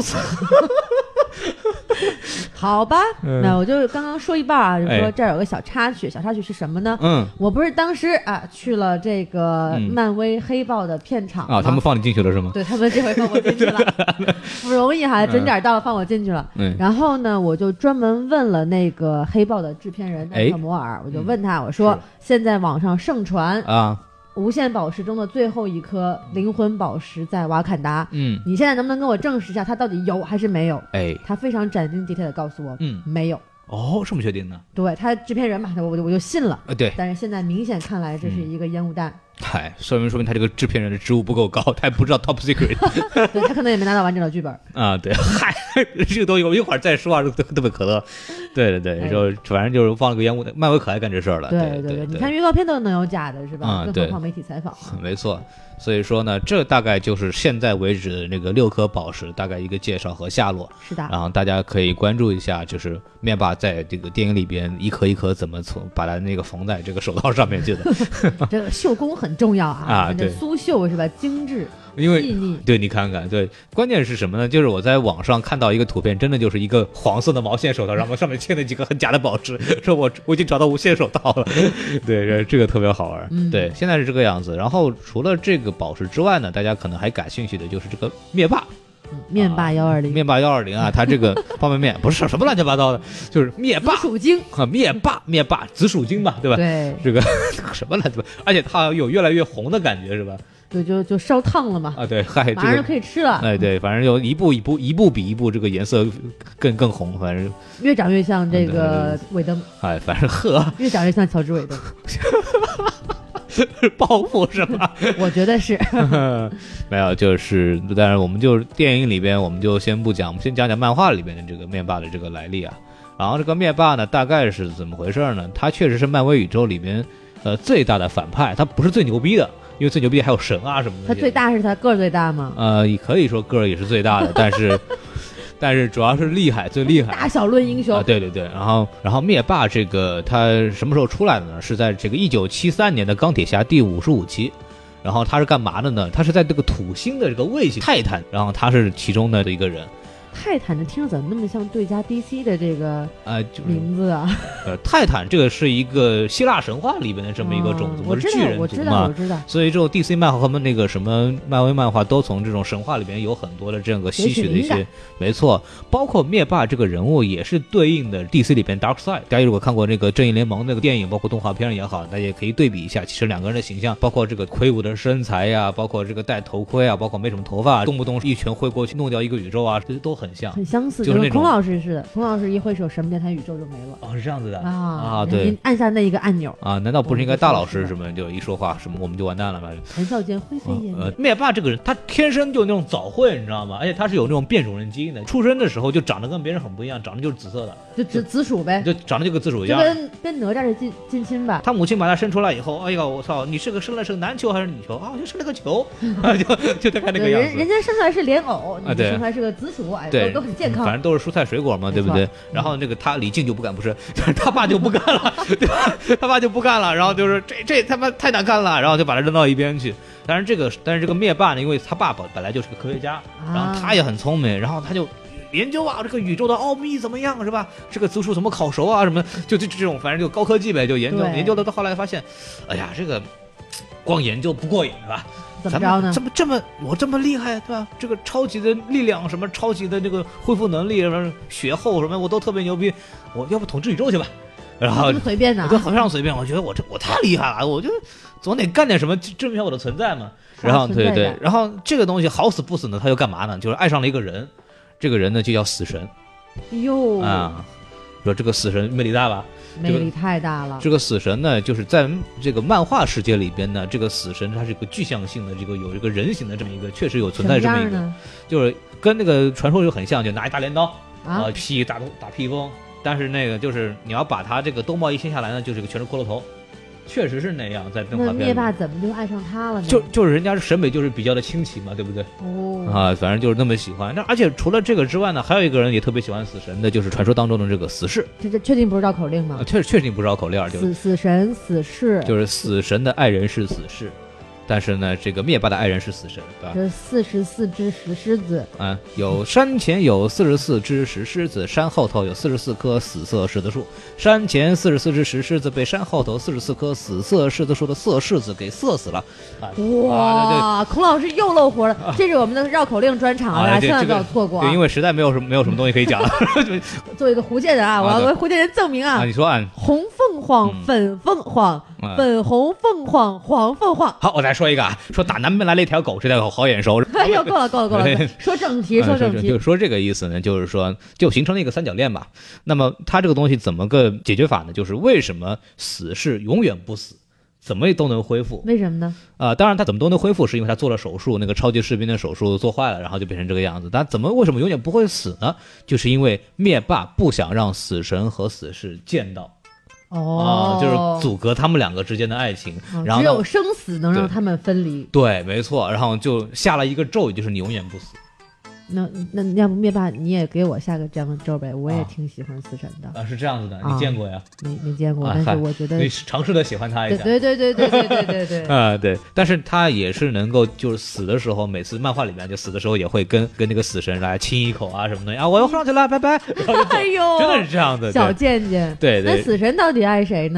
好吧，嗯、那我就刚刚说一半啊，就说这儿有个小插曲，小插曲是什么呢？嗯，我不是当时啊去了这个漫威黑豹的片场啊，他们放你进去了是吗？ 对，他们这回放我进去了，不容易哈，准点到了放我进去了。嗯，然后呢，我就专门问了那个黑豹的制片人奈特摩尔，我就问他，我说现在网上盛传啊。无限宝石中的最后一颗灵魂宝石在瓦坎达，嗯，你现在能不能跟我证实一下它到底有还是没有？哎，他非常斩钉截铁的告诉我，嗯，没有。 哦，这么确定呢？ 对，他制片人嘛，我就我就信了。 呃，对。 但是现在明显看来这是一个烟雾弹。 嗨，说明说明他这个制片人的职务不够高，他也不知道 top secret。 对，他可能也没拿到完整的剧本。啊， 对，嗨，这个东西我一会儿再说啊，特别可乐。对对对，说、哎、反正就是放了个烟雾弹，漫威可爱干这事儿了。 对对对, 对，你看预告片都能有假的是吧？啊、更何况媒体采访。 没错。所以说呢，这大概就是现在为止的那个六颗宝石大概一个介绍和下落。 是的。 然后大家可以关注一下，就是面霸在这个电影里边一颗一颗怎么从把它那个缝在这个手套上面去的。 这个绣工很重要啊。啊，对。苏绣是吧？精致。 因为对你看看，对，关键是什么呢？就是我在网上看到一个图片，真的就是一个黄色的毛线手套，然后上面嵌了几个很假的宝石，说我我已经找到无线手套了。对，这个特别好玩。嗯、对，现在是这个样子。然后除了这个宝石之外呢，大家可能还感兴趣的就是这个灭霸。 面霸幺二零， 面霸幺二零啊，他这个方便面不是什么乱七八糟的，就是灭霸紫薯精啊，灭霸灭霸紫薯精吧，对吧？ 对， 这个什么乱七八，而且它有越来越红的感觉，是吧？ 对，就就烧烫了嘛。 啊，对，嗨， 马上就可以吃了。 哎，对，反正就一步一步，一步比一步，这个颜色更更红，反正越长越像这个尾灯。 哎，反正呵， 越长越像乔治尾灯。 报复是吧？ 我觉得是。 没有，就是，但是我们就电影里边，我们就先不讲，我们先讲讲漫画里边的这个灭霸的这个来历啊。然后这个灭霸呢，大概是怎么回事呢？他确实是漫威宇宙里边呃最大的反派，他不是最牛逼的。因为最牛逼还有神啊什么的。 他最大是他个儿最大吗？ 呃，也可以说个儿也是最大的，但是，但是主要是厉害，最厉害。 大小论英雄啊，对对对。然后，然后灭霸这个他什么时候出来的呢？是在这个一九七三年的钢铁侠第五十五期。然后他是干嘛的呢？他是在这个土星的这个卫星泰坦，然后他是其中的一个人。 泰坦这听着怎么那么像对家 D C 的这个呃名字啊？ 呃，泰坦这个是一个希腊神话里边的这么一个种族， 我是巨人族嘛。 我知道，我知道。 所以这种 D C 漫画和们那个什么漫威漫画都从这种神话里边有很多的这样个吸取的一些，没错，包括灭霸这个人物也是对应的 D C 里边 Darkseid。大家如果看过那个正义联盟那个电影，包括动画片也好，大家也可以对比一下。其实两个人的形象，包括这个魁梧的身材呀，包括这个戴头盔啊，包括没什么头发，动不动一拳挥过去弄掉一个宇宙啊，这都很像， 很相似。 就是孔老师似的，孔老师一挥手，神秘电台宇宙就没了。 哦，是这样子的啊啊！对， 您按下那一个按钮啊，难道不是应该大老师什么就一说话什么我们就完蛋了吗？ 谈笑间灰飞烟灭。 呃，灭霸这个人他天生就那种早慧，你知道吗？而且他是有那种变种人基因的，出生的时候就长得跟别人很不一样，长得就是紫色的， 就紫紫薯呗， 就长得就跟紫薯一样， 就跟跟哪吒是近近亲吧。 他母亲把他生出来以后，哎呀，我操，你是个生了是个男球还是女球啊？我就生了个球，就就大概那个样子。 人人家生出来是莲藕，你生出来是个紫薯，哎，都都很健康， 反正都是蔬菜水果嘛，对不对？然后那个他李靖就不干，不是他爸就不干了，对吧？他爸就不干了，然后就是这这他妈太难看了，然后就把他扔到一边去。但是这个但是这个灭霸呢，因为他爸爸本来就是个科学家，然后他也很聪明，然后他就研究啊这个宇宙的奥秘怎么样是吧？这个紫薯怎么烤熟啊什么，就就这种反正就高科技呗，就研究研究的到后来发现，哎呀这个光研究不过瘾是吧？ 怎么着呢？ 这么这么我这么厉害，对吧？这个超级的力量，什么超级的这个恢复能力，什么血厚什么，我都特别牛逼。我要不统治宇宙去吧？然后随便的， 我就非常随便。我觉得我这我太厉害了，我就总得干点什么证明一下我的存在嘛。然后对对，然后这个东西好死不死呢，他又干嘛呢？就是爱上了一个人，这个人呢就叫死神。 哟啊，说这个死神魅力大吧？ 魅力太大了。 这个死神呢，就是在这个漫画世界里边呢，这个死神它是一个具象性的，这个有一个人形的这么一个，确实有存在这么一个，就是跟那个传说就很像，就拿一大镰刀啊，劈打打披风，但是那个就是你要把他这个兜帽一掀下来呢，就是个全是骷髅头。确实是那样，在动画片里。 那灭霸怎么就爱上他了呢？ 就就是人家审美就是比较的清奇嘛，对不对？ 哦啊，反正就是那么喜欢。那而且除了这个之外呢，还有一个人也特别喜欢死神的，就是传说当中的这个死侍。 这这确定不是绕口令吗？ 啊、确确定不是绕口令，就是死死神死侍， 就是死神的爱人是死侍。但是呢，这个灭霸的爱人是死神，对吧？ 这四十四只石狮子啊，有山前有四十四只石狮子，山后头有四十四棵死色柿子树。山前四十四只石狮子被山后头四十四棵死色柿子树的色柿子给射死了。啊、 哇、啊，孔老师又漏活了，啊、这是我们的绕口令专场啊，大家千万不要错过、啊。 对，因为实在没有什么没有什么东西可以讲了。 作为一个福建人啊，我要为福建人证明啊。 啊你说按红凤凰、嗯、粉凤凰、嗯、粉红凤凰、黄凤凰。 好，我再说一个啊，说打南边来了一条狗，这条狗好眼熟。 哎呦，够了够了够了，说正题说正题， 就说这个意思呢，就是说就形成了一个三角恋吧。那么它这个东西怎么个解决法呢？就是为什么死是永远不死，怎么都能恢复？ 为什么呢？ 啊、呃，当然他怎么都能恢复，是因为他做了手术，那个超级士兵的手术做坏了，然后就变成这个样子。但怎么为什么永远不会死呢？就是因为灭霸不想让死神和死侍见到。 哦、 啊，就是阻隔他们两个之间的爱情， 哦、 然后只有生死能让他们分离。 对，没错，然后就下了一个咒语，就是你永远不死。 那那要不灭霸你也给我下个这样的咒呗？我也挺喜欢死神的。 啊，是这样子的，你见过呀？ 没没见过，但是我觉得你尝试的喜欢他一下。 对对对对对对对对。 啊，对，但是他也是能够，就是死的时候，每次漫画里面就死的时候也会跟跟那个死神来亲一口啊什么的啊，我要上去了，拜拜。 哎呦， 真的是这样的， 小贱贱。 对对。 那死神到底爱谁呢？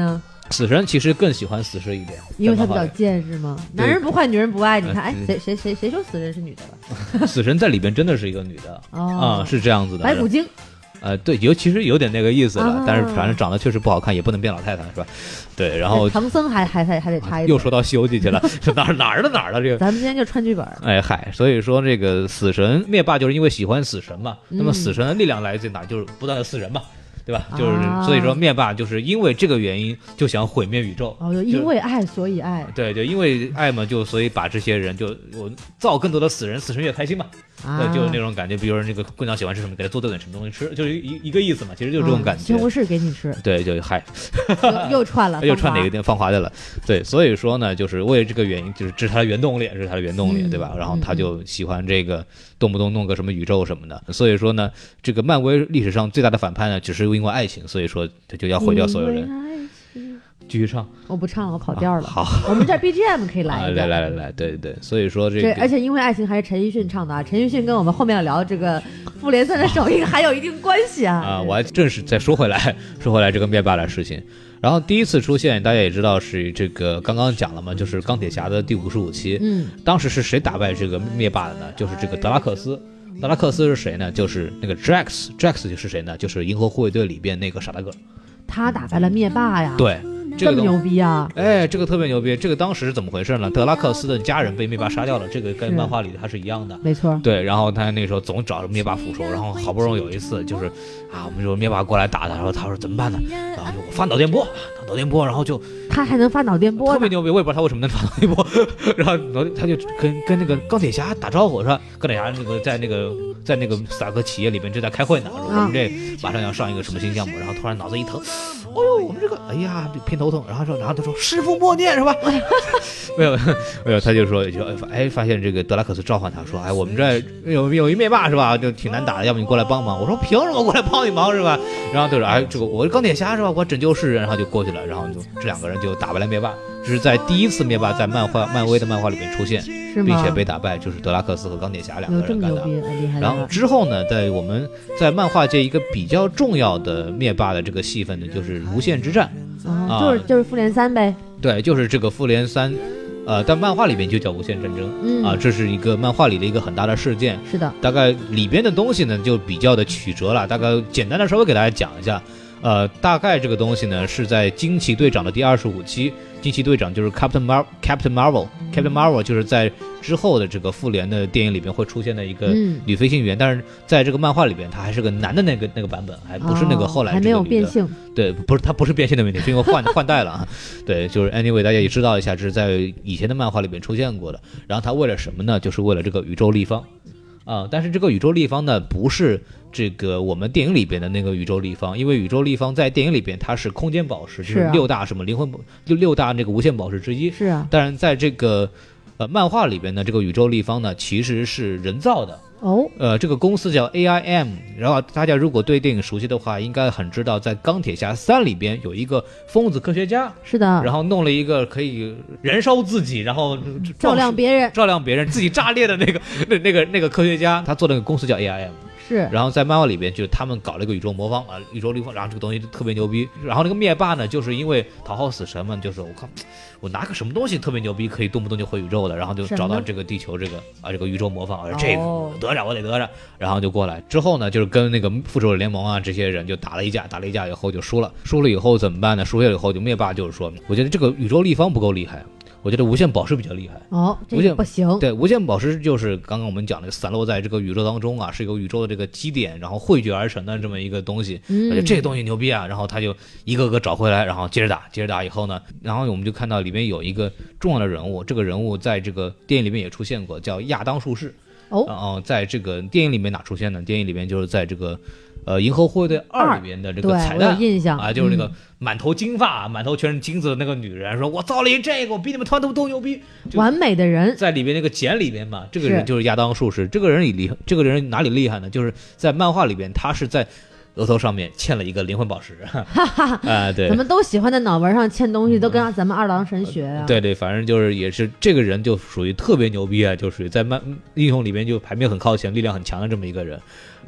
死神其实更喜欢死侍一点， 因为他比较贱是吗？男人不坏女人不爱，你看，哎，谁谁谁谁说死神是女的了？ 死神在里边真的是一个女的啊、哦嗯，是这样子的。 白骨精。 呃，对，尤其实有点那个意思了，啊、但是反正长得确实不好看，也不能变老太太，是吧？对，然后唐僧还还还还得差一点。 又说到《西游记》去了，这哪哪儿的哪儿的这个？ 咱们今天就串剧本。 哎嗨，所以说这个死神灭霸就是因为喜欢死神嘛，嗯、那么死神的力量来自于哪？就是不断的死人嘛。对吧？就是、啊、所以说灭霸就是因为这个原因就想毁灭宇宙。 哦，因为爱所以爱。 对对，因为爱嘛，就所以把这些人就我造更多的死人，死神越开心嘛。啊，对，就是那种感觉。比如说那个姑娘喜欢吃什么，给她做点什么东西吃，就是一一个意思嘛。其实就是这种感觉。 西红柿给你吃。 对，就嗨， 又串了， 又串哪个地方放花去了？对，所以说呢，就是为了这个原因，就是这是他的原动力，这是他的原动力，嗯、对吧？然后他就喜欢这个。动不动弄个什么宇宙什么的，所以说呢，这个漫威历史上最大的反派呢，只是因为爱情，所以说他就要毁掉所有人。继续唱， 我不唱了，我跑调了。 啊、好， 我们这 B G M 可以来一个、 啊、来来来来，对对对，所以说这个， 而且因为爱情还是陈奕迅唱的啊，陈奕迅跟我们后面要聊这个复联三的首映还有一定关系啊。 啊，我还正是再说回来，说回来这个灭霸的事情。然后第一次出现，大家也知道是这个刚刚讲了嘛，就是钢铁侠的第五十五期。嗯，当时是谁打败这个灭霸的呢？就是这个德拉克斯。德拉克斯是谁呢？就是那个 Drax，Drax 就是谁呢？就是银河护卫队里边那个傻大个。 他打败了灭霸呀。 对。 这么牛逼啊！ 哎，这个特别牛逼。这个当时是怎么回事呢？德拉克斯的家人被灭霸杀掉了，这个跟漫画里他是一样的。 没错。 对，然后他那时候总找着灭霸复仇，然后好不容易有一次就是啊，我们说灭霸过来打他，然后他说怎么办呢？然后就发脑电波，脑电波，然后就他还能发脑电波， 特别牛逼。我也不知道他为什么能发脑电波，然后脑他就跟跟那个钢铁侠打招呼，说钢铁侠那个在那个在那个萨克企业里面正在开会呢，说我们这马上要上一个什么新项目，然后突然脑子一疼。哦呦，我们这个，哎呀，偏头痛。然后说，然后他说，师傅默念是吧？没有，没有，他就说，就哎，发现这个德拉克斯召唤他说，哎，我们这有有一灭霸是吧？就挺难打的，要不你过来帮忙？我说凭什么过来帮你忙是吧？然后他说，哎，这个我是钢铁侠是吧？我拯救世人，然后就过去了，然后就这两个人就打败了灭霸。这是在第一次灭霸在漫画漫威的漫画里面出现，并且被打败，就是德拉克斯和钢铁侠两个人干的。然后之后呢，在我们在漫画界一个比较重要的灭霸的这个戏份呢，就是无限之战， 哦、啊，就是就是复联三呗。 对，就是这个复联三，呃，在漫画里面就叫无限战争，嗯啊，这是一个漫画里的一个很大的事件。 是的， 大概里边的东西呢就比较的曲折了，大概简单的稍微给大家讲一下。呃，大概这个东西呢是在惊奇队长的第二十五期，惊奇队长就是 Captain Mar Captain Marvel，Captain Marvel 就是在之后的这个复联的电影里边会出现的一个女飞行员，嗯、但是在这个漫画里边，她还是个男的那个那个版本，还不是那个后来、这个哦、还没有变性。 对，不是，他不是变性的问题，是因为换换代了啊。对，就是 anyway， 大家也知道一下，这是在以前的漫画里边出现过的。然后他为了什么呢？就是为了这个宇宙立方。啊、呃，但是这个宇宙立方呢，不是这个我们电影里边的那个宇宙立方，因为宇宙立方在电影里边它是空间宝石，就是六大什么灵魂六六大那个无限宝石之一。 是啊。 当然，在这个呃漫画里边呢，这个宇宙立方呢其实是人造的。 哦， 呃，这个公司叫 A I M， 然后大家如果对电影熟悉的话，应该很知道，在钢铁侠三里边有一个疯子科学家， 是的， 然后弄了一个可以燃烧自己，然后照亮别人， 照亮别人，自己炸裂的那个那那个那个科学家，他做那个公司叫 A I M。 是， 然后在漫画里边，就是他们搞了一个宇宙魔方啊，宇宙立方，然后这个东西特别牛逼。然后那个灭霸呢，就是因为讨好死神嘛，就是我靠，我拿个什么东西特别牛逼，可以动不动就回宇宙的，然后就找到这个地球这个啊这个宇宙魔方，我说这个得着我得得着，然后就过来。之后呢，就是跟那个复仇者联盟啊这些人就打了一架，打了一架以后就输了，输了以后怎么办呢？输了以后就灭霸就是说，我觉得这个宇宙立方不够厉害。我觉得无限宝石比较厉害哦，这个不行。 对，无限宝石就是刚刚我们讲的，散落在这个宇宙当中啊，是由宇宙的这个基点，然后汇聚而成的这么一个东西。嗯，而且这个东西牛逼啊，然后他就一个个找回来，然后接着打，接着打以后呢，然后我们就看到里面有一个重要的人物，这个人物在这个电影里面也出现过，叫亚当术士。 哦， 然后在这个电影里面哪出现呢？电影里面就是在这个。呃，银河护卫队二里边的这个彩蛋， 印象啊，就是那个满头金发、嗯、满头全是金子的那个女人，说：“我造了一这个，我比你们团队都牛逼。” 完美的人在里边那个茧里边嘛，这个人就是亚当术士。这个人里厉，这个人哪里厉害呢？就是在漫画里边，他是在额头上面嵌了一个灵魂宝石。 哈哈啊，对， 咱们都喜欢在脑门上嵌东西，都跟咱们二郎神学啊。 对对，反正就是也是这个人就属于特别牛逼啊，就属于在漫英雄里面就排名很靠前、力量很强的这么一个人。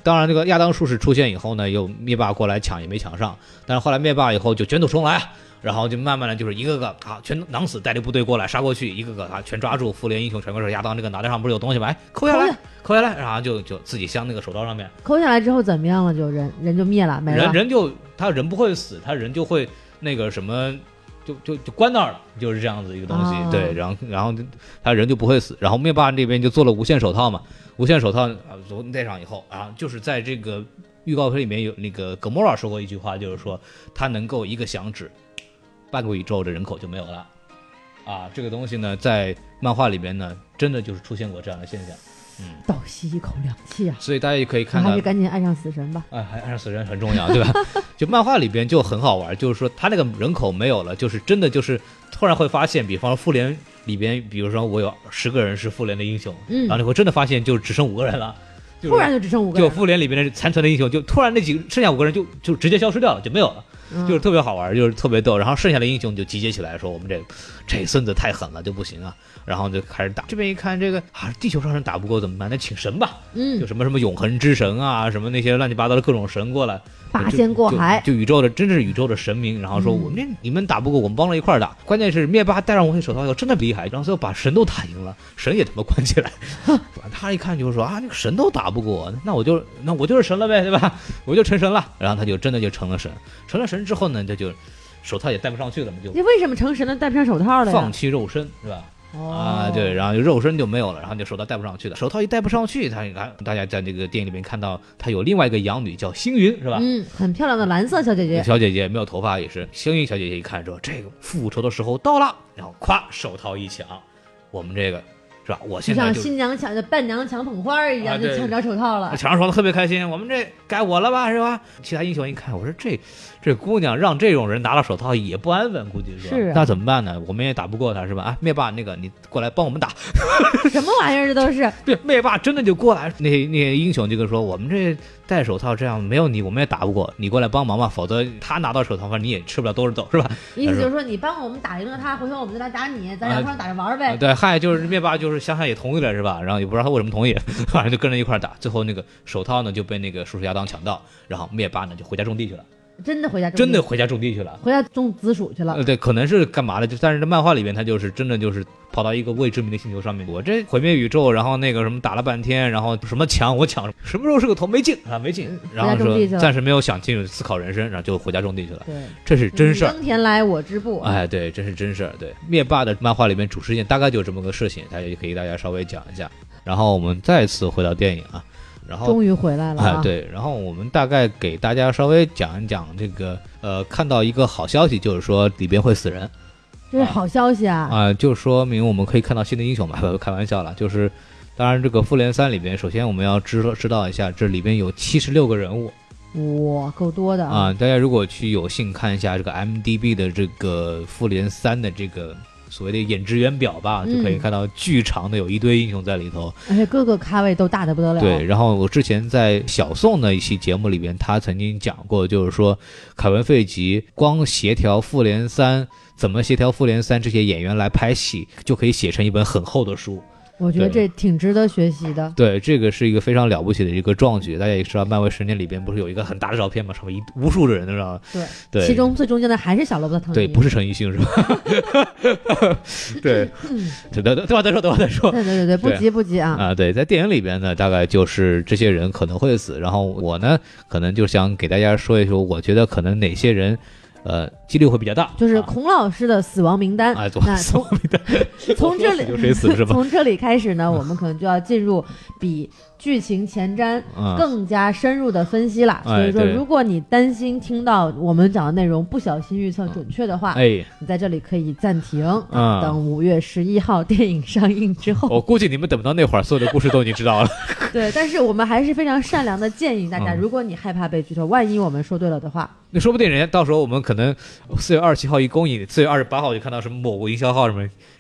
当然这个亚当术士出现以后呢，有灭霸过来抢也没抢上，但是后来灭霸以后就卷土重来，然后就慢慢的就是一个个啊全囊死，带领部队过来杀过去，一个个啊全抓住，复联英雄全部是亚当这个脑袋上不是有东西吗？哎，扣下来，扣下来，然后就就自己镶那个手刀上面， 扣下来之后怎么样了？就人人就灭了，没了。 人人就他人不会死，他人就会那个什么。就就就关那儿了，就是这样子一个东西，哦、对，然后然后他人就不会死，然后灭霸这边就做了无限手套嘛，无限手套啊，戴上以后啊，就是在这个预告片里面有那个葛莫拉说过一句话，就是说他能够一个响指，半个宇宙的人口就没有了，啊，这个东西呢，在漫画里边呢，真的就是出现过这样的现象。嗯， 倒吸一口凉气啊！ 所以大家也可以看到， 还是赶紧爱上死神吧。 哎，爱上死神很重要，对吧？就漫画里边就很好玩，就是说他那个人口没有了，就是真的就是突然会发现，比方说复联里边，比如说我有十个人是复联的英雄，嗯，然后你会真的发现就只剩五个人了， 突然就只剩五个人， 就复联里边的残存的英雄，就突然那几剩下五个人就就直接消失掉了，就没有了。就是特别好玩，就是特别逗，然后剩下的英雄就集结起来说我们这这孙子太狠了就不行啊，然后就开始打。这边一看这个啊，地球上人打不过怎么办？那请神吧，嗯，就什么什么永恒之神啊，什么那些乱七八糟的各种神过来， 八仙过海， 就, 就, 就宇宙的真是宇宙的神明，然后说我们、嗯、你们打不过，我们帮了一块打。关键是灭霸戴上无限手套以后真的厉害，然后最后把神都打赢了，神也他妈关起来。他一看就是说啊，那个神都打不过，那我就那我就是神了呗，对吧？我就成神了，然后他就真的就成了神，成了神之后呢，这就手套也戴不上去了嘛，就你为什么成神了戴不上手套了呀？ 放弃肉身是吧？哦、啊，对，然后肉身就没有了，然后就手套戴不上去了，手套一戴不上去，他大家在这个电影里面看到，他有另外一个养女叫星云是吧？ 嗯，很漂亮的蓝色小姐姐， 小姐姐没有头发也是。星云小姐姐一看说这个复仇的时候到了，然后咵手套一抢，我们这个。是吧？我现在就像新娘抢着伴娘抢捧花一样，啊、就抢着手套了。 抢着手套特别开心，我们这该我了吧，是吧？其他英雄一看，我说这这姑娘让这种人拿到手套也不安稳，估计是。 是、啊。 那怎么办呢？我们也打不过他，是吧？啊，灭霸，那个你过来帮我们打。 什么玩意儿？这都是。 对，灭霸真的就过来，那那些英雄就跟说，我们这戴手套这样没有你，我们也打不过，你过来帮忙吧，否则他拿到手套，反正你也吃不了兜着走，是吧？ 意思就是说，你帮我们打赢了他，回头我们再来打你，咱俩互相打着玩呗、 啊。对，嗨，就是灭霸，就是香香也同意了。是吧？然后也不知道他为什么同意，反正就跟着一块打。最后那个手套呢就被那个叔叔亚当抢到，然后灭霸呢就回家种地去了。 真的回家种地， 真的回家种地去了， 回家种紫薯去了。 呃，对，可能是干嘛的？就但是在漫画里面，他就是真的就是跑到一个未知名的星球上面，我这毁灭宇宙，然后那个什么打了半天，然后什么抢我抢，什么时候是个头没进啊？没进，然后说暂时没有想进入思考人生，然后就回家种地去了。 对， 这是真事儿。 耕田来我织布。 哎，对，这是真事儿。对，灭霸的漫画里面主事件大概就这么个事情，大家也可以大家稍微讲一下。然后我们再次回到电影啊。然后终于回来了啊、 哎！对，然后我们大概给大家稍微讲一讲这个，呃，看到一个好消息，就是说里边会死人， 这是好消息啊！ 啊、呃，就说明我们可以看到新的英雄吧？开玩笑了，就是当然这个复联三里边，首先我们要知知道一下，这里边有七十六个人物， 哇，够多的啊、呃！大家如果去有幸看一下这个 M D B 的这个复联三的这个。所谓的演职员表吧，就可以看到巨长的有一堆英雄在里头， 而且各个咖位都大的不得了。 对，然后我之前在小宋的一期节目里边，他曾经讲过，就是说凯文·费吉光协调复联三，怎么协调复联三这些演员来拍戏，就可以写成一本很厚的书。 我觉得这挺值得学习的。 对，这个是一个非常了不起的一个壮举。大家也知道，漫威十年里边不是有一个很大的照片吗？上面一无数的人，知道吗？ 对对， 其中最中间的还是小罗伯特·唐尼。 对，不是陈奕迅是吧？对，对对对，等会再说，等会再说。 对对对对，不急不急啊！ 啊，对，在电影里边呢，大概就是这些人可能会死，然后我呢，可能就想给大家说一说，我觉得可能哪些人。呃，几率会比较大， 就是孔老师的死亡名单。 哎， 那从从这里谁死是吧？ 从这里开始呢，我们可能就要进入比剧情前瞻更加深入的分析了。 嗯、 所以说，如果你担心听到我们讲的内容不小心预测准确的话， 哎， 你在这里可以暂停，嗯、等五月十一号电影上映之后。 我估计你们等不到那会儿，所有的故事都已经知道了。 对，但是我们还是非常善良的建议大家，嗯、如果你害怕被剧透，万一我们说对了的话， 那说不定人家到时候我们可能四月二十七号一公映，四月二十八号就看到什么某个营销号什么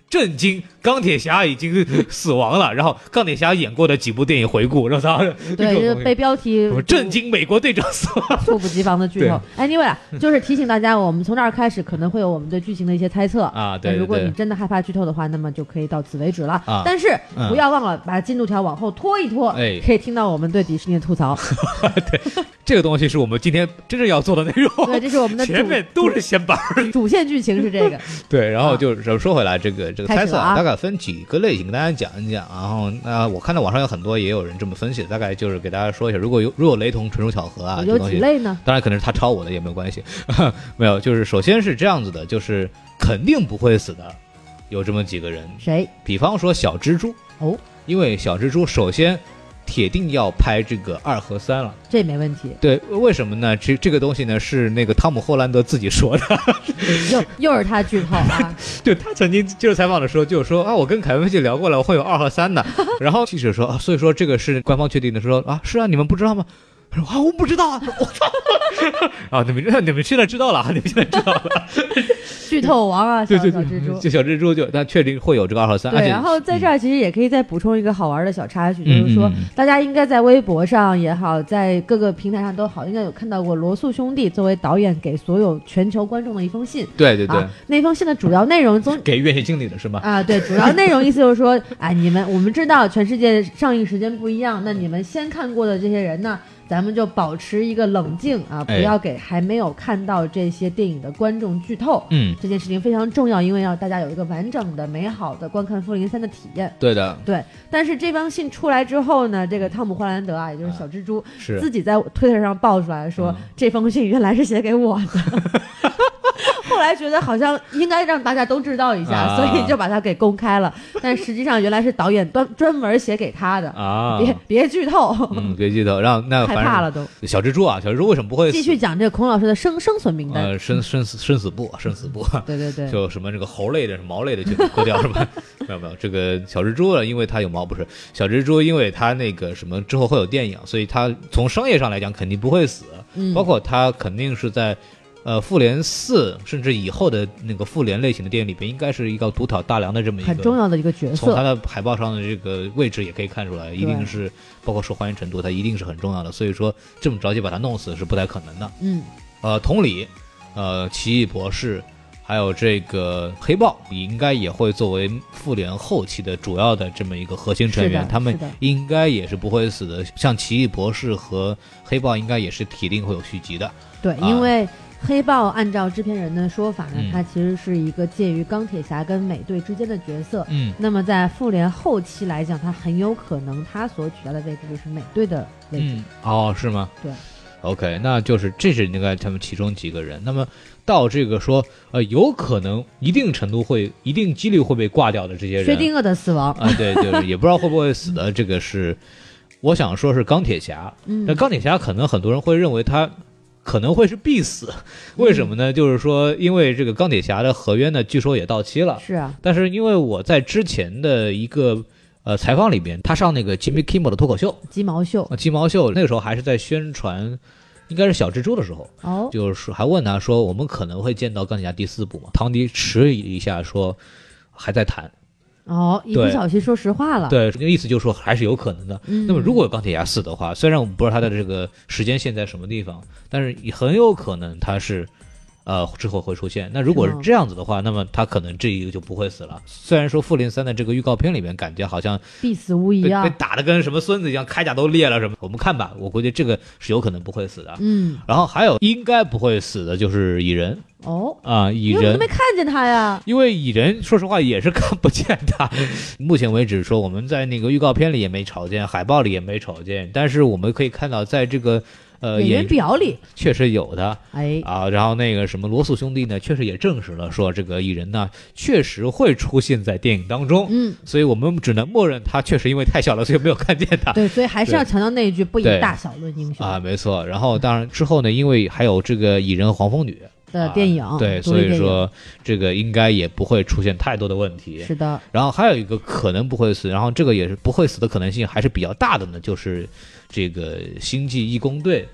震惊，钢铁侠已经死亡了，然后钢铁侠演过的几部电影回顾，让他对，就是被标题震惊美国队长死亡， 猝不及防的剧透。Anyway， 就是提醒大家，我们从这儿开始可能会有我们对剧情的一些猜测啊。对， 如果你真的害怕剧透的话，那么就可以到此为止了。 啊、 但是、嗯、不要忘了把进度条往后拖一拖， 哎， 可以听到我们对迪士尼的吐槽。 对，这个东西是我们今天真正要做的内容。 对，这是我们的前面都是先板， 主线剧情是这个。 对，然后就是说回来，这个这个猜测大概分几个类型，跟大家讲一讲。然后那、呃、我看到网上有很多也有人这么分析，大概就是给大家说一下，如果有如果雷同，纯属巧合啊。 有几类呢？ 当然可能是他抄我的也没有关系，没有，就是首先是这样子的，就是肯定不会死的，有这么几个人。 谁？ 比方说小蜘蛛哦， 因为小蜘蛛首先铁定要拍这个二和三了， 这没问题。 对，为什么呢？这这个东西呢是那个汤姆·霍兰德自己说的， 又又是他剧透啊！ 对，他曾经接受采访的时候就说啊，我跟凯文·费奇聊过了，会有二和三的。然后记者说啊，所以说这个是官方确定的，说啊是啊，你们不知道吗？他说啊，我不知道啊，我操！啊，你们你们现在知道了，你们现在知道了。 剧透王啊，小小蜘蛛， 就小蜘蛛就他确定会有这个二和三。 对，然后在这儿其实也可以再补充一个好玩的小插曲，嗯、就是说、嗯、大家应该在微博上也好，在各个平台上都好，应该有看到过罗素兄弟作为导演给所有全球观众的一封信。 对对对， 啊、那封信的主要内容总给院线经理的是吗？ 啊，对，主要内容意思就是说，哎，你们我们知道全世界上映时间不一样，那你们先看过的这些人呢？咱们就保持一个冷静啊，不要给还没有看到这些电影的观众剧透。 嗯， 这件事情非常重要，因为让大家有一个完整的、美好的观看《复联三》的体验。 对的， 对。但是这封信出来之后呢，这个汤姆·霍兰德啊，也就是小蜘蛛， 是自己在推特上爆出来说，嗯、这封信原来是写给我的。后来觉得好像应该让大家都知道一下，啊、所以就把它给公开了。但实际上原来是导演专专门写给他的啊！ 别别剧透， 嗯，别剧透，让那害怕了都。 小蜘蛛啊，小蜘蛛为什么不会死？ 继续讲这个孔老师的生生存名单。 呃，生生死生死簿，生死簿。 对对对， 就什么这个猴类的、毛类的就割掉是吧？没有没有，这个小蜘蛛呢，因为它有毛，不是小蜘蛛，因为它那个什么之后会有电影，所以它从商业上来讲肯定不会死， 嗯、 包括它肯定是在。呃，复联四甚至以后的那个复联类型的电影里边，应该是一个独挑大梁的这么一个很重要的一个角色。 从它的海报上的这个位置也可以看出来，一定是包括受欢迎程度，它一定是很重要的。所以说这么着急把它弄死是不太可能的。 嗯， 呃，同理，呃，奇异博士还有这个黑豹，应该也会作为复联后期的主要的这么一个核心成员，他们应该也是不会死的。像奇异博士和黑豹，应该也是铁定会有续集的。 对， 啊、 因为。黑豹按照制片人的说法呢， 嗯、 它其实是一个介于钢铁侠跟美队之间的角色。 嗯， 那么在复联后期来讲，它很有可能它所取代的位置就是美队的位置。 嗯，哦，是吗？ 对。 OK， 那就是这是应该他们其中几个人。那么到这个说，呃，有可能一定程度会、一定几率会被挂掉的这些人， 薛定谔的死亡啊、呃，对，就是也不知道会不会死的。这个是，我想说是钢铁侠。 嗯， 那钢铁侠可能很多人会认为他。可能会是必死，为什么呢？嗯、就是说，因为这个钢铁侠的合约呢，据说也到期了。 是啊。 但是因为我在之前的一个呃采访里边，他上那个 Jimmy Kimmel 的脱口秀， 鸡毛秀， 鸡毛秀，那个时候还是在宣传，应该是小蜘蛛的时候。 哦。 就是还问他说，我们可能会见到钢铁侠第四部吗？唐迪迟疑一下说，还在谈。 哦，一不小心说实话了。 对，意思就是说还是有可能的。 嗯、 那么如果有钢铁侠四的话，虽然我们不知道他的这个时间线在什么地方，但是也很有可能他是，呃，之后会出现。那如果是这样子的话，那么他可能这一个就不会死了。虽然说复联三的这个预告片里面感觉好像必死无疑啊， 被打得跟什么孙子一样，铠甲都裂了什么。我们看吧，我估计这个是有可能不会死的。 嗯， 然后还有应该不会死的就是蚁人。 哦啊，蚁人因为我都没看见他呀。 因为蚁人说实话也是看不见他。目前为止说我们在那个预告片里也没瞅见，海报里也没瞅见，但是我们可以看到在这个呃演员表里确实有的。 哎啊，然后那个什么罗素兄弟呢，确实也证实了说这个蚁人呢确实会出现在电影当中。 嗯， 所以我们只能默认他确实因为太小了，所以没有看见他。 对，所以还是要强调那一句不以大小论英雄啊，没错。然后当然之后呢，因为还有这个蚁人黄蜂女的电影、啊、 对，所以说这个应该也不会出现太多的问题。 是的。 然后还有一个可能不会死，然后这个也是不会死的可能性还是比较大的呢，就是这个星际义工队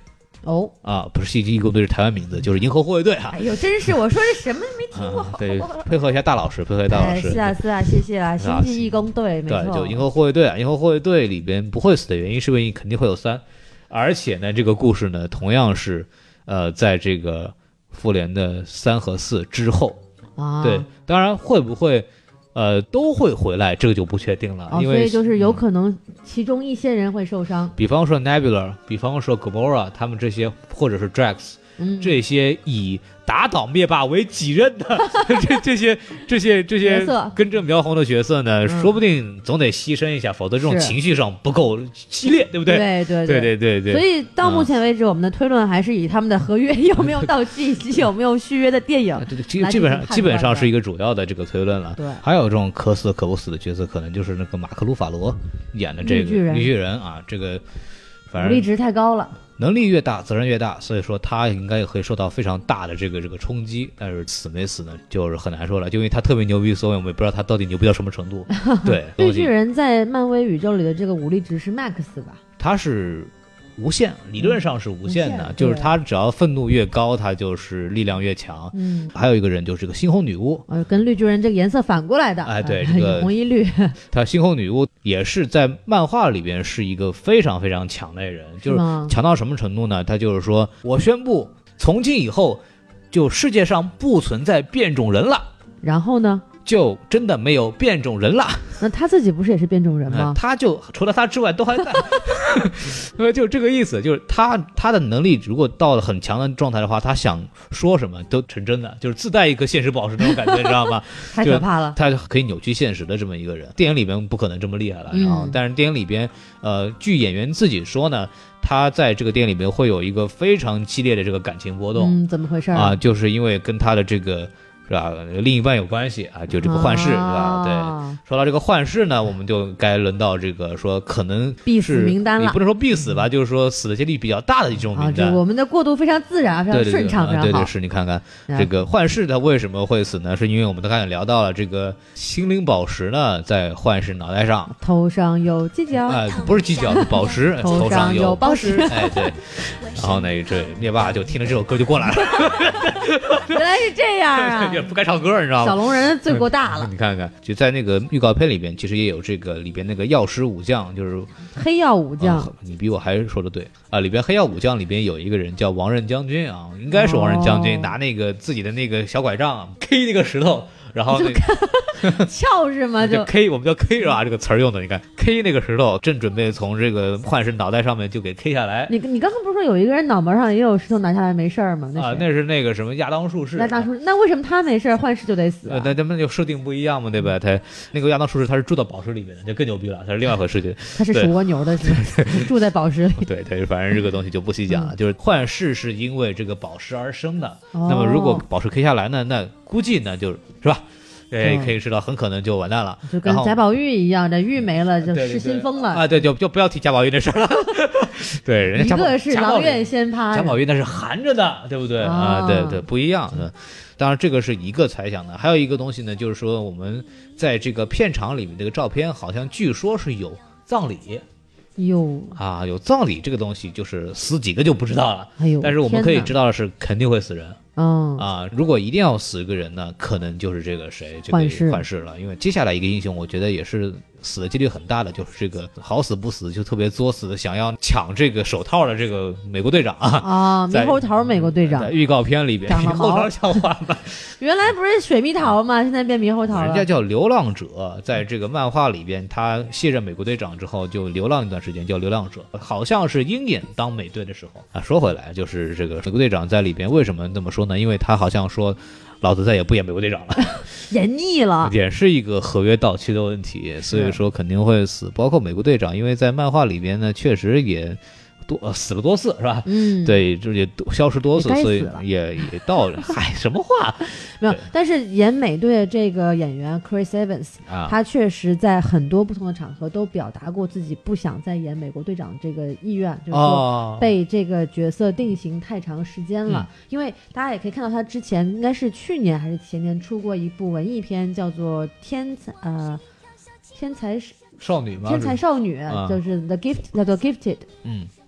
哦啊，不是戏剧义工队是台湾名字，就是银河护卫队啊。 哎呦，真是我说是什么没听过。 啊、对，配合一下大老师，配合一下大老师。 哎、是啊是啊，谢谢啊，星际义工队，没错。 对，就银河护卫队啊，银河护卫队里边不会死的原因是因为肯定会有三，而且呢，这个故事呢同样是呃在这个复联的三和四之后啊。对，当然会不会。呃，都会回来，这个就不确定了， 哦、 因为所以就是有可能其中一些人会受伤， 比方说 Nebula， 比方说 Gamora， 他们这些，或者是 Drax，、嗯、这些以打倒灭霸为己任的这这些这些这些根正苗红的角色呢，嗯、说不定总得牺牲一下，否则这种情绪上不够激烈，对不对？ 对对对对对对。 所以到目前为止，嗯、我们的推论还是以他们的合约有没有到期，以及有没有续约的电影， 基基本上基本上是一个主要的这个推论了。 对， 还有这种可死可不死的角色，可能就是那个马克·鲁法罗演的这个绿巨人啊，这个反正武力值太高了。 能力越大，责任越大，所以说他应该也会受到非常大的这个这个冲击。但是死没死呢，就是很难说了，就因为他特别牛逼，所以我们也不知道他到底牛逼到什么程度。对， 绿巨人在漫威宇宙里的这个武力值是 max 吧？ 他是无限，理论上是无限的，嗯、就是他只要愤怒越高，他就是力量越强。嗯，还有一个人就是这个猩红女巫， 呃，跟绿巨人这个颜色反过来的。 哎，对，这个红一绿。 他猩红女巫也是在漫画里边是一个非常非常强的人，就是强到什么程度呢？他就是说我宣布，从今以后，就世界上不存在变种人了。 然后呢？ 就真的没有变种人了。 那他自己不是也是变种人吗？ 嗯、他就除了他之外都还在，呃，就这个意思，就是他他的能力如果到了很强的状态的话，他想说什么都成真的，就是自带一个现实宝石那种感觉，你知道吗？ 太可怕了， 他可以扭曲现实的这么一个人。电影里边不可能这么厉害了，然后、嗯、但是电影里边，呃，据演员自己说呢。他在这个电影里面会有一个非常激烈的这个感情波动， 嗯，怎么回事啊？ 啊，就是因为跟他的这个是吧，另一半有关系啊，就这个幻视、啊、是吧？对，说到这个幻视呢，我们就该轮到这个说可能必死名单了， 你不能说必死吧，就是说死的几率比较大的一种名单。 啊、我们的过渡非常自然，非常顺畅，非常好。 对对对，是你看看这个幻视它为什么会死呢？是因为我们刚才也聊到了这个心灵宝石呢，在幻视脑袋上， 头上有犄角， 哎、呃，不是犄角，是宝石， 头上有宝石， 哎对。然后呢，这灭霸就听了这首歌就过来了。 原来是这样啊！ 也不该唱歌，你知道吗？ 小龙人罪过大了。 你看看，就在那个预告片里边，其实也有这个里边那个药师武将，就是黑曜武将、呃。 你比我还说的对啊！里边黑曜武将里边有一个人叫王任将军啊，应该是王任将军，哦、拿那个自己的那个小拐杖 K 那个石头。然后那个撬是吗？就 K， 我们叫 K 是吧？这个词儿用的，你看 K 那个石头正准备从这个幻视脑袋上面就给 K 下来。 你你刚刚不是说有一个人脑门上也有石头拿下来没事儿吗？那啊，那是那个什么亚当术士。 亚当术士，那为什么他没事，幻视就得死、啊？ 呃，那他们就设定不一样嘛，对吧？他那个亚当术士他是住到宝石里面的，就更牛逼了，他是另外一回事情。 他是属蜗牛的，是吧？住在宝石里。 对对，反正这个东西就不细讲了。嗯、就是幻视是因为这个宝石而生的，哦、那么如果宝石 K 下来呢，那估计呢就是是吧？对，可以知道很可能就完蛋了， 就跟贾宝玉一样，这玉没了就失心疯了啊！对，就就不要提贾宝玉这事儿了。对，人家一个是狼院先趴， 贾宝玉那是含着的，对不对啊？对对，不一样的。当然，这个是一个猜想的，还有一个东西呢，就是说我们在这个片场里面这个照片，好像据说是有葬礼。 有啊，有葬礼这个东西，就是死几个就不知道了。 哎呦， 但是我们可以知道的是，肯定会死人。 嗯啊，如果一定要死一个人呢，可能就是这个谁，这个幻视了。因为接下来一个英雄，我觉得也是死的几率很大的，就是这个好死不死就特别作死的，想要抢这个手套的这个美国队长啊。 啊，猕猴桃美国队长， 在预告片里边，猕猴桃笑话吧？ 原来不是水蜜桃吗？现在变猕猴桃了。 人家叫流浪者，在这个漫画里边，他卸任美国队长之后就流浪一段时间，叫流浪者。好像是鹰眼当美队的时候啊。说回来，就是这个美国队长在里边为什么这么说呢？因为他好像说，老子再也不演美国队长了， 演腻了， 也是一个合约到期的问题，所以说肯定会死。包括美国队长，因为在漫画里边呢，确实也。多、呃、死了多次是吧？ 嗯， 对，就也消失多次，所以也也到了。嗨，什么话？ 没有，但是演美队的这个演员 Chris Evans，、啊、他确实在很多不同的场合都表达过自己不想再演美国队长这个意愿，就是说被这个角色定型太长时间了。嗯、因为大家也可以看到，他之前应该是去年还是前年出过一部文艺片，叫做《天才》呃，天才少女吗？ 天才少女、啊、就是 The Gift， 叫做 Gifted。 嗯。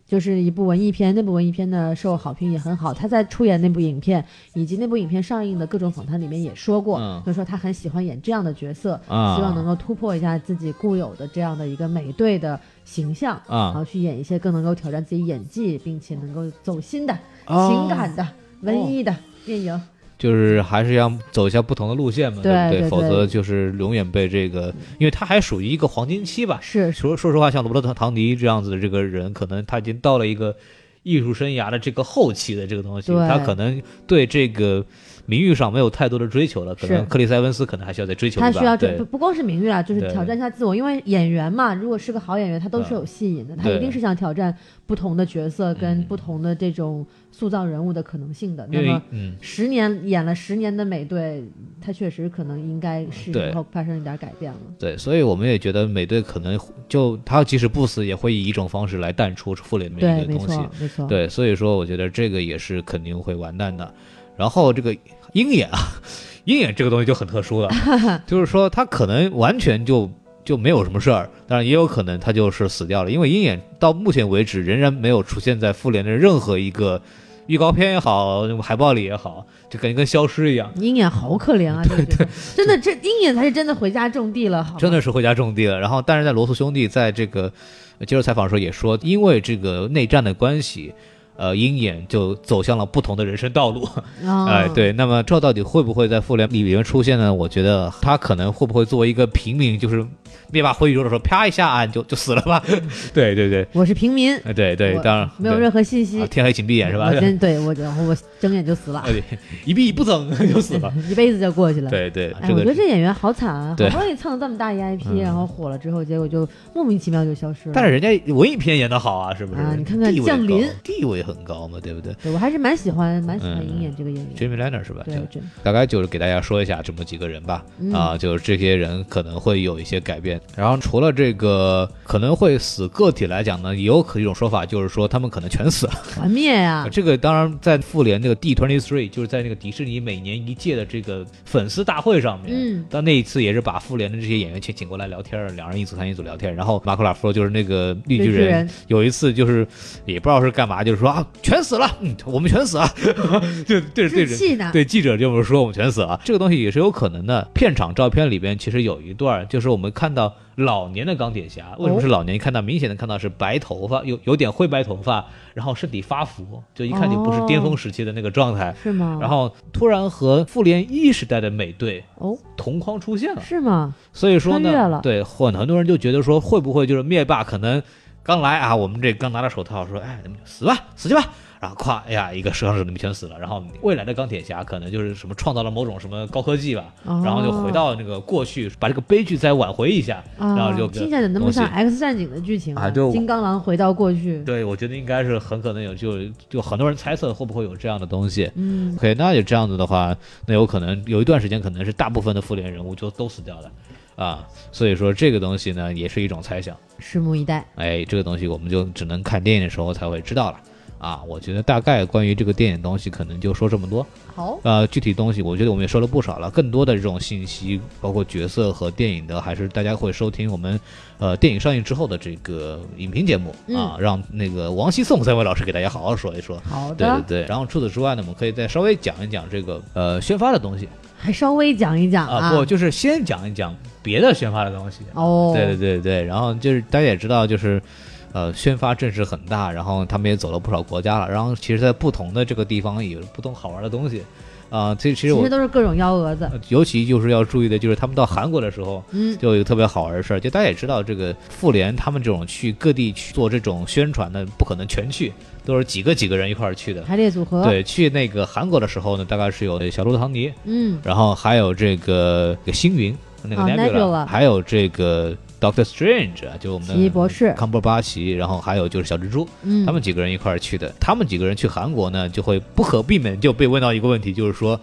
就是一部文艺片，那部文艺片呢受好评也很好。他在出演那部影片以及那部影片上映的各种访谈里面也说过，嗯、就是说他很喜欢演这样的角色，啊、希望能够突破一下自己固有的这样的一个美队的形象，啊、然后去演一些更能够挑战自己演技，并且能够走心的、啊、情感的、文艺的、哦、电影。 就是还是要走一下不同的路线嘛， 对不对, 对, 对？ 否则就是永远被这个，因为他还属于一个黄金期吧。 是说说实话，像罗伯特·唐尼这样子的这个人，可能他已经到了一个艺术生涯的这个后期的这个东西，他可能对这个名誉上没有太多的追求了，可能克里斯·埃文斯可能还需要再追求一把。 他需要追，不不光是名誉啦，就是挑战一下自我。因为演员嘛，如果是个好演员，他都是有戏瘾的，他一定是想挑战不同的角色跟不同的这种塑造人物的可能性的。那么，嗯，十年演了十年的美队，他确实可能应该是以后发生一点改变了。 对，所以我们也觉得美队可能就他即使不死，也会以一种方式来淡出复联里面的东西。 对，没错，没错。 对，所以说我觉得这个也是肯定会完蛋的。然后这个鹰眼啊，鹰眼这个东西就很特殊了，就是说他可能完全就就没有什么事儿，当然也有可能他就是死掉了，因为鹰眼到目前为止仍然没有出现在复联的任何一个预告片也好，海报里也好，就感觉跟消失一样。 鹰眼好可怜啊，对对对，真的，这鹰眼才是真的回家种地了，好， 真的是回家种地了。然后，但是在罗素兄弟在这个接受采访的时候也说，因为这个内战的关系。呃，鹰眼就走向了不同的人生道路，哎、哦呃，对。那么这到底会不会在复联里面出现呢？我觉得他可能会不会作为一个平民，就是灭霸回宇宙的时候，啪一下啊，就就死了吧？对对对， 我是平民， 呃、对对，当然没有任何信息， 啊、天黑请闭眼是吧？ 我真对我然后我睁眼就死了， 对，一闭不睁就死了， 一辈子就过去了。 对对， 哎，我觉得这演员好惨啊，好不容易蹭了这么大一 I P，、嗯、然后火了之后，结果就莫名其妙就消失了。 但是人家文艺片演得好啊，是不是？ 啊，你看看降临， 地位很高嘛，对不对？ 对，我还是蛮喜欢蛮喜欢鹰眼这个演员 Jamie Lannister 是吧？ 对， 大概就是给大家说一下这么几个人吧，嗯、啊，就是这些人可能会有一些改变。然后除了这个可能会死个体来讲呢，也有一种说法就是说他们可能全死了， 团灭呀。 这个当然在复联那个 D 二十三，就是在那个迪士尼每年一届的这个粉丝大会上面，嗯，但那一次也是把复联的这些演员请请过来聊天，两人一组谈一组聊天。然后马克·拉夫罗就是那个绿巨人，人有一次就是也不知道是干嘛，就是说啊全死了。嗯，我们全死了，就对对对，对记者就是说我们全死了，这个东西也是有可能的。片场照片里边其实有一段，就是我们看到老年的钢铁侠，为什么是老年？看到明显的看到是白头发，有有点灰白头发，然后身体发福，就一看就不是巅峰时期的那个状态， 是吗？ 然后突然和复联一时代的美队哦同框出现了， 是吗？ 所以说呢，对，很很多人就觉得说，会不会就是灭霸可能刚来啊，我们这刚拿到手套，说哎，你们死吧，死去吧。然后咵，哎呀，一个摄像师里面全死了。然后未来的钢铁侠可能就是什么创造了某种什么高科技吧，哦、然后就回到那个过去，把这个悲剧再挽回一下，哦、然后就听起来能不能像 X 战警的剧情啊？就金刚狼回到过去。 对，我觉得应该是很可能有，就就很多人猜测会不会有这样的东西。嗯 ，OK， 那就这样子的话，那有可能有一段时间可能是大部分的复联人物就都死掉了。啊，所以说这个东西呢也是一种猜想， 拭目以待。 哎，这个东西我们就只能看电影的时候才会知道了。啊，我觉得大概关于这个电影东西可能就说这么多。 好， 呃，具体东西我觉得我们也说了不少了，更多的这种信息，包括角色和电影的，还是大家会收听我们呃电影上映之后的这个影评节目、嗯、啊，让那个王希颂三位老师给大家好好说一说。 好的， 对对对。然后除此之外呢，我们可以再稍微讲一讲这个呃宣发的东西， 还稍微讲一讲啊， 啊不就是先讲一讲别的宣发的东西。哦，对对对对，然后就是大家也知道就是。呃，宣发阵势很大，然后他们也走了不少国家了，然后其实在不同的这个地方有不同好玩的东西，啊、呃，这其实我其实都是各种幺蛾子、 呃，尤其就是要注意的就是他们到韩国的时候，嗯，就有一个特别好玩的事儿，就大家也知道这个复联他们这种去各地去做这种宣传的，不可能全去，都是几个几个人一块儿去的排列组合。 对，去那个韩国的时候呢，大概是有小罗伯特·唐尼，嗯，然后还有这个星云那个 Nebula，、哦、还有这个。Doctor Strange 就我们的奇异博士康伯巴奇，然后还有就是小蜘蛛、嗯，他们几个人一块儿去的。他们几个人去韩国呢，就会不可避免就被问到一个问题，就是说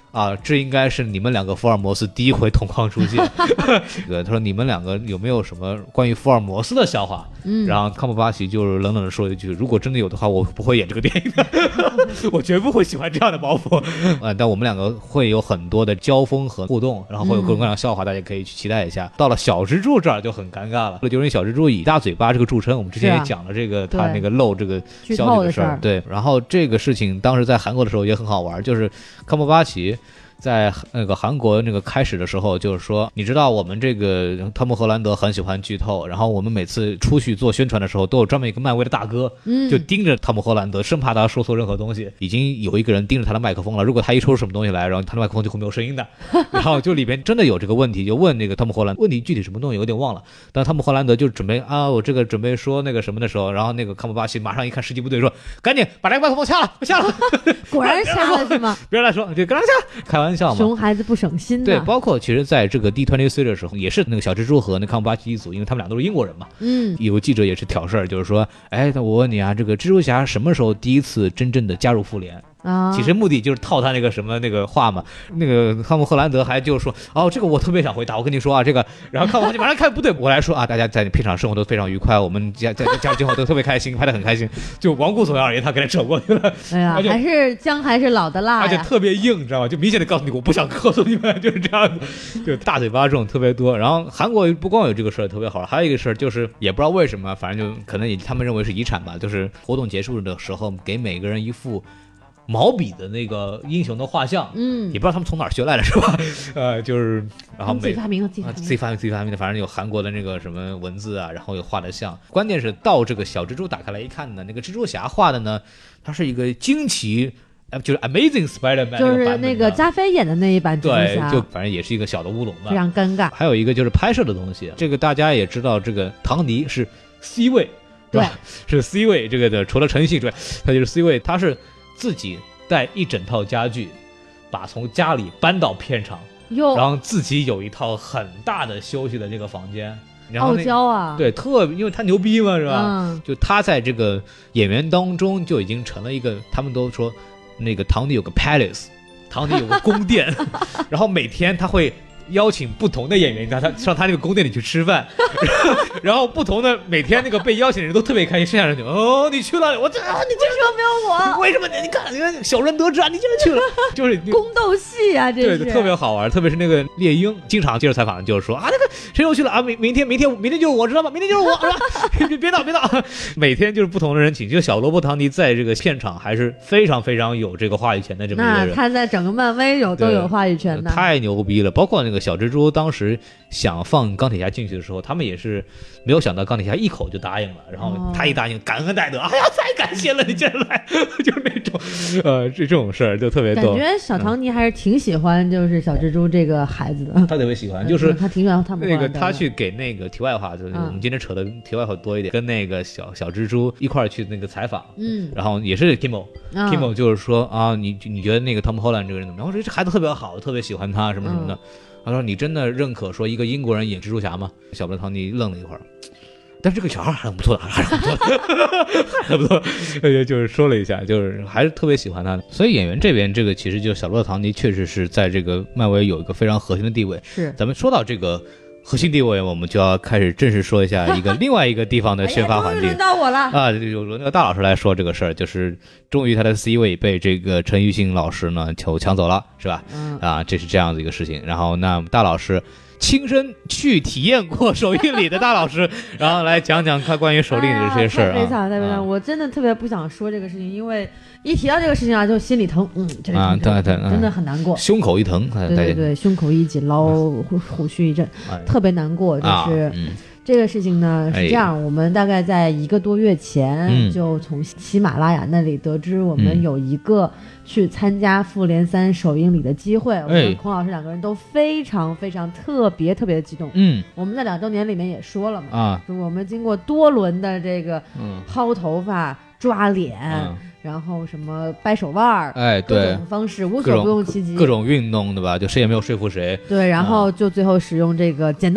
啊，这应该是你们两个福尔摩斯第一回同框出现。对，他说你们两个有没有什么关于福尔摩斯的笑话？嗯，然后康伯巴奇就是冷冷的说一句：“如果真的有的话，我不会演这个电影的，我绝不会喜欢这样的包袱。”呃，但我们两个会有很多的交锋和互动，然后会有各种各样的笑话，大家可以去期待一下。到了小蜘蛛这儿就很尴尬了，就是因为小蜘蛛以大嘴巴这个著称，我们之前也讲了这个他那个漏这个消息的事儿。对，然后这个事情当时在韩国的时候也很好玩，就是康伯巴奇。在那个韩国那个开始的时候，就是说，你知道我们这个汤姆·荷兰德很喜欢剧透，然后我们每次出去做宣传的时候，都有专门一个漫威的大哥，嗯，就盯着汤姆·荷兰德，生怕他说错任何东西。已经有一个人盯着他的麦克风了，如果他一说出什么东西来，然后他的麦克风就会没有声音的。然后就里边真的有这个问题，就问那个汤姆·荷兰，问题具体什么东西有点忘了。但汤姆·荷兰德就准备啊，我这个准备说那个什么的时候，然后那个康伯巴奇马上一看时机不对，说赶紧把这个麦克风掐了，掐了。 果然掐了是吗？ 别人来说，就刚掐，开玩笑嘛。 熊孩子不省心。 对，包括其实在这个 D 二十 C 的时候，也是那个小蜘蛛和那康伯巴奇一组，因为他们俩都是英国人嘛。嗯，有记者也是挑事儿，就是说，哎，那我问你啊，这个蜘蛛侠什么时候第一次真正的加入复联？啊，其实目的就是套他那个什么那个话嘛。那个汤姆·荷兰德还就说，哦，这个我特别想回答，我跟你说啊，这个，然后康伯巴奇马上看不对，我来说啊，大家在片场生活都非常愉快，我们家在家今后都特别开心，拍得很开心，就王顾左右而言，他给他扯过去了。 哎呀，还是姜还是老的辣呀， 而且特别硬，你知道吗？就明显的告诉你，我不想告诉你们，就是这样子，就大嘴巴这种特别多。然后韩国不光有这个事儿特别好，还有一个事儿就是也不知道为什么，反正就可能也他们认为是遗产吧，就是活动结束的时候给每个人一副毛笔的那个英雄的画像，嗯，也不知道他们从哪儿学来的，是吧？呃，就是然后每自己发明的，自己发明自己发明的，反正有韩国的那个什么文字啊，然后有画的像。关键是到这个小蜘蛛打开来一看呢，那个蜘蛛侠画的呢，它是一个惊奇。就是 Amazing Spider-Man， 就是那个加菲演的那一版蜘蛛侠，对，就反正也是一个小的乌龙吧， 非常尴尬。 还有一个就是拍摄的东西，这个大家也知道，这个唐尼是 C 位，对吧？是 C 位，这个的除了诚信之外，他就是 C 位，他是自己带一整套家具，把从家里搬到片场，然后自己有一套很大的休息的这个房间。然后傲娇啊， 对，特因为他牛逼嘛，是吧？嗯，就他在这个演员当中就已经成了一个，他们都说。那个唐尼有个 palace， 唐尼有个宫殿，然后每天他会邀请不同的演员到他上他那个宫殿里去吃饭，然后不同的每天那个被邀请的人都特别开心，剩下人就哦你去了，我这、啊、你为什么没有我？ 为什么你你看你看小人得志啊，你竟然去了，就是宫斗戏啊，这是对特别好玩，特别是那个猎鹰经常接受采访就是说啊那个谁又去了啊明明天明天明天就是我知道吗？明天就是我是吧？别别闹别闹，每天就是不同的人请，就小罗伯·唐尼在这个片场还是非常非常有这个话语权的这么一个人， 那他在整个漫威有都有话语权的， 太牛逼了，包括那个。小蜘蛛当时想放钢铁侠进去的时候，他们也是没有想到钢铁侠一口就答应了，然后他一答应，感恩戴德，哎呀，太感谢了，你竟然来，就是那种，呃，这这种事儿就特别逗。 感觉小唐尼还是挺喜欢，就是小蜘蛛这个孩子的， 他特别喜欢，就是他挺喜欢他们那个他去给那个题外话，就是我们今天扯的题外话多一点，跟那个小小蜘蛛一块儿去那个采访，嗯，然后也是 Kimmel，Kimmel 就是说啊，你你觉得那个 Tom Holland 这个人怎么样？我说这孩子特别好，特别喜欢他什么什么的。他说：“你真的认可说一个英国人演蜘蛛侠吗？”小罗伯特·唐尼愣了一会儿，但是这个小孩还很不错的，还是很不错的，还不错。就是说了一下，就是还是特别喜欢他的。所以演员这边这个其实就小罗伯特·唐尼确实是在这个漫威有一个非常核心的地位。 是， 咱们说到这个核心地位，我们就要开始正式说一下一个另外一个地方的宣发环境。 哎、轮到我了啊！有轮到大老师来说这个事儿，就是终于他的 C 位被这个陈玉兴老师呢就抢走了，是吧？嗯啊，这是这样的一个事情。然后那大老师亲身去体验过首映礼的大老师，然后来讲讲他关于首映礼的这些事儿啊。 太悲惨了，太悲惨了！我真的特别不想说这个事情，因为一提到这个事情啊，就心里疼。嗯，这个啊，对对，真的很难过， 胸口一疼。 对对对，胸口一紧，捞虎须一阵，特别难过。就是这个事情呢是这样，我们大概在一个多月前就从喜马拉雅那里得知，我们有一个去参加复联三首映礼的机会。我跟孔老师两个人都非常非常特别特别的激动。嗯，我们在两周年里面也说了嘛，啊，我们经过多轮的这个薅头发、抓脸。然后什么掰手腕儿， 哎，对， 各种方式无所不用其极， 各种运动对吧？就谁也没有说服谁。 对，然后就最后使用这个剪刀石头布，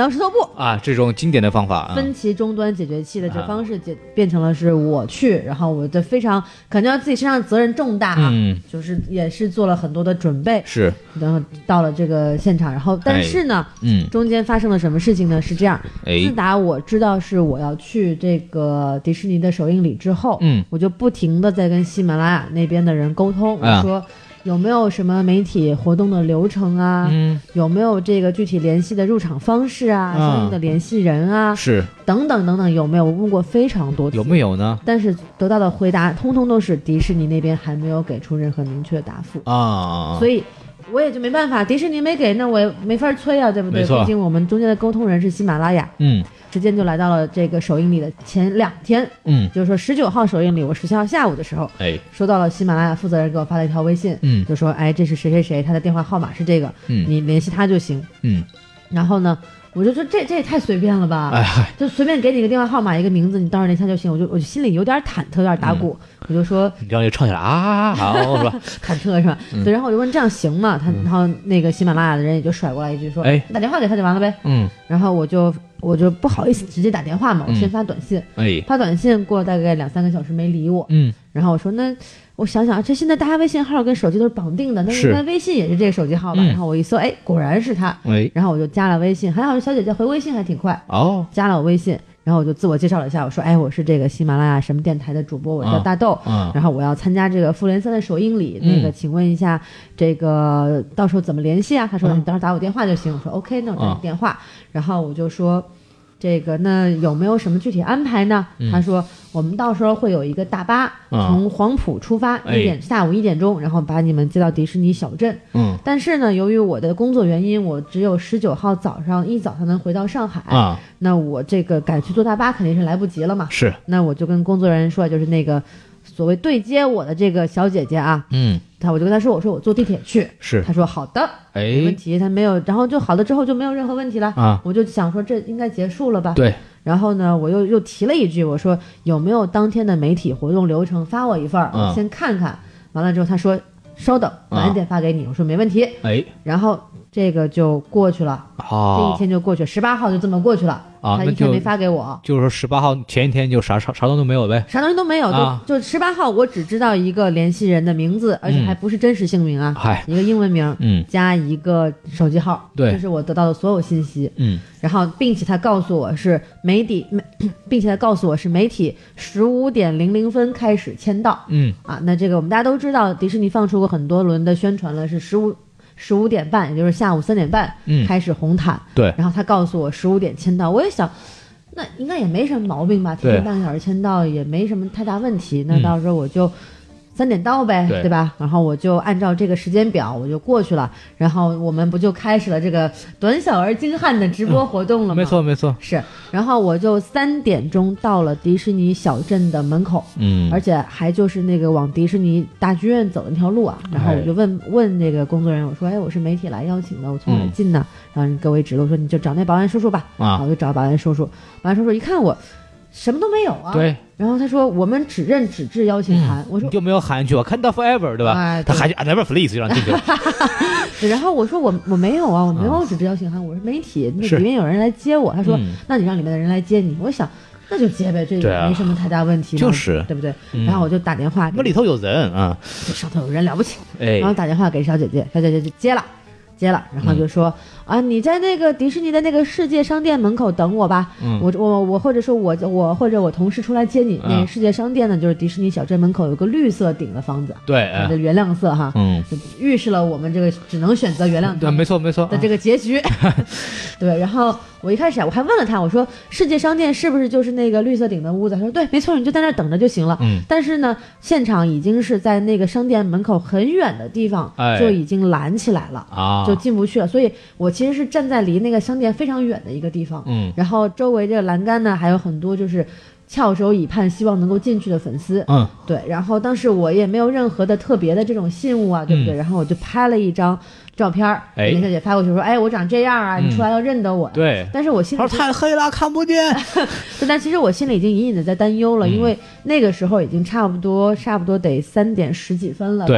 啊，这种经典的方法， 分歧终端解决器的这方式解、啊、变成了是我去，然后我的非常感觉到自己身上责任重大啊，嗯，就是也是做了很多的准备， 是， 然后到了这个现场，然后但是呢，哎、嗯，中间发生了什么事情呢？是这样，哎，自打我知道是我要去这个迪士尼的首映礼之后，嗯，我就不停的在跟喜马拉雅那边的人沟通，我说。啊有没有什么媒体活动的流程啊？嗯，有没有这个具体联系的入场方式啊？相、嗯、应的联系人啊？ 是， 等等等等，有没有？我问过非常多次， 有没有呢？ 但是得到的回答通通都是迪士尼那边还没有给出任何明确的答复啊，所以我也就没办法，迪士尼没给，那我也没法催啊，对不对？毕竟我们中间的沟通人是喜马拉雅，嗯。时间就来到了这个首映礼的前两天，嗯，就是说十九号首映礼，我十七号下午的时候，哎，收到了喜马拉雅负责人给我发了一条微信，嗯，就说，哎，这是谁谁谁，他的电话号码是这个，嗯，你联系他就行，嗯，然后呢，我就说这这也太随便了吧，哎，就随便给你个电话号码一个名字，你到时候联系他就行，我就我就心里有点忐忑，有点打鼓，嗯、我就说， 你这样就唱起来啊，好是吧？ 忐忑是吧？嗯、对，然后我就问这样行吗？他然后那个喜马拉雅的人也就甩过来一句说，哎，打电话给他就完了呗，嗯，然后我就。我就不好意思直接打电话嘛，我先发短信，嗯、发短信过大概两三个小时没理我，嗯，然后我说那我想想，这现在大家微信号跟手机都是绑定的，那应该微信也是这个手机号吧？嗯、然后我一搜，哎，果然是他，哎，然后我就加了微信，还好小姐姐回微信还挺快，哦，加了我微信。然后我就自我介绍了一下，我说，哎，我是这个喜马拉雅什么电台的主播，我叫大豆，嗯、然后我要参加这个复联三的首映礼，嗯、那个请问一下，这个到时候怎么联系啊？他说、嗯、你到时候打我电话就行。我说 OK， 那我打你电话。嗯、然后我就说。这个那有没有什么具体安排呢？嗯、他说我们到时候会有一个大巴、嗯、从黄埔出发，一点、哎、下午一点钟，然后把你们接到迪士尼小镇。嗯，但是呢，由于我的工作原因，我只有十九号早上一早才能回到上海。啊，那我这个赶去坐大巴肯定是来不及了嘛。 是， 那我就跟工作人员说，就是那个所谓对接我的这个小姐姐啊，嗯。他我就跟他说，我说我坐地铁去，是，他说好的，哎，没问题，他没有，然后就好了之后就没有任何问题了啊，我就想说这应该结束了吧，对，然后呢，我又又提了一句，我说有没有当天的媒体活动流程发我一份儿，我先看看，完了之后他说稍等，晚一点发给你，我说没问题，哎，然后这个就过去了，这一天就过去，十八号就这么过去了。啊，他一天没发给我， 就是说十八号前一天就啥啥啥东西都没有呗， 啥东西都没有，啊、就就十八号我只知道一个联系人的名字，而且还不是真实姓名啊，嗨、嗯，一个英文名，嗯，加一个手机号，对，这是我得到的所有信息，嗯，然后并且他告诉我是媒体，并且他告诉我是媒体十五点零零分开始签到，嗯，啊，那这个我们大家都知道，迪士尼放出过很多轮的宣传了，是十五。十五点半，也就是下午三点半，嗯，开始红毯。对，然后他告诉我十五点签到，我也想，那应该也没什么毛病吧？提前半个小时签到也没什么太大问题。那到时候我就三点到呗，对, 对吧？然后我就按照这个时间表我就过去了，然后我们不就开始了这个短小而精悍的直播活动了吗？嗯、 没错没错， 是。然后我就三点钟到了迪士尼小镇的门口，嗯，而且还就是那个往迪士尼大剧院走的那条路啊。然后我就问、哎、问那个工作人员，我说，哎，我是媒体来邀请的，我从哪儿进呢？嗯、然后你给我一指路，说你就找那保安叔叔吧。啊，然后我就找保安叔叔，保安叔叔一看我。什么都没有啊！对，然后他说我们只认纸质邀请函。嗯、我说你就没有喊去，我看到 forever 对吧？哎、对他喊去 I never please 就让进去了。 然后我说我我没有啊，我没有纸质邀请函，我是媒体，那里面有人来接我。他说、嗯、那你让里面的人来接你。我想那就接呗，这也没什么太大问题， 就是对不对？嗯、然后我就打电话， 那里头有人啊， 这上头有人了不起。哎，然后打电话给小姐姐，小姐姐就接了。接了，然后就说、嗯、啊，你在那个迪士尼的那个世界商店门口等我吧。嗯，我我我或者说我我或者我同事出来接你。嗯、那世界商店呢，就是迪士尼小镇门口有个绿色顶的房子。对，啊、原谅色哈。嗯，预示了我们这个只能选择原谅。 对，没错没错的这个结局。对，然后我一开始我还问了他，我说世界商店是不是就是那个绿色顶的屋子？他说对，没错，你就在那儿等着就行了。嗯，但是呢，现场已经是在那个商店门口很远的地方、哎、就已经拦起来了啊。就进不去了，所以我其实是站在离那个商店非常远的一个地方，嗯，然后周围这个栏杆呢还有很多就是翘首以盼希望能够进去的粉丝，嗯，对，然后当时我也没有任何的特别的这种信物啊，对不对？嗯、然后我就拍了一张照片，给那小姐发过去说，哎，我长这样啊，嗯、你出来要认得我，对，但是我心里太黑了看不见， 但其实我心里已经隐隐的在担忧了，嗯、因为那个时候已经差不多差不多得三点十几分了吧。对。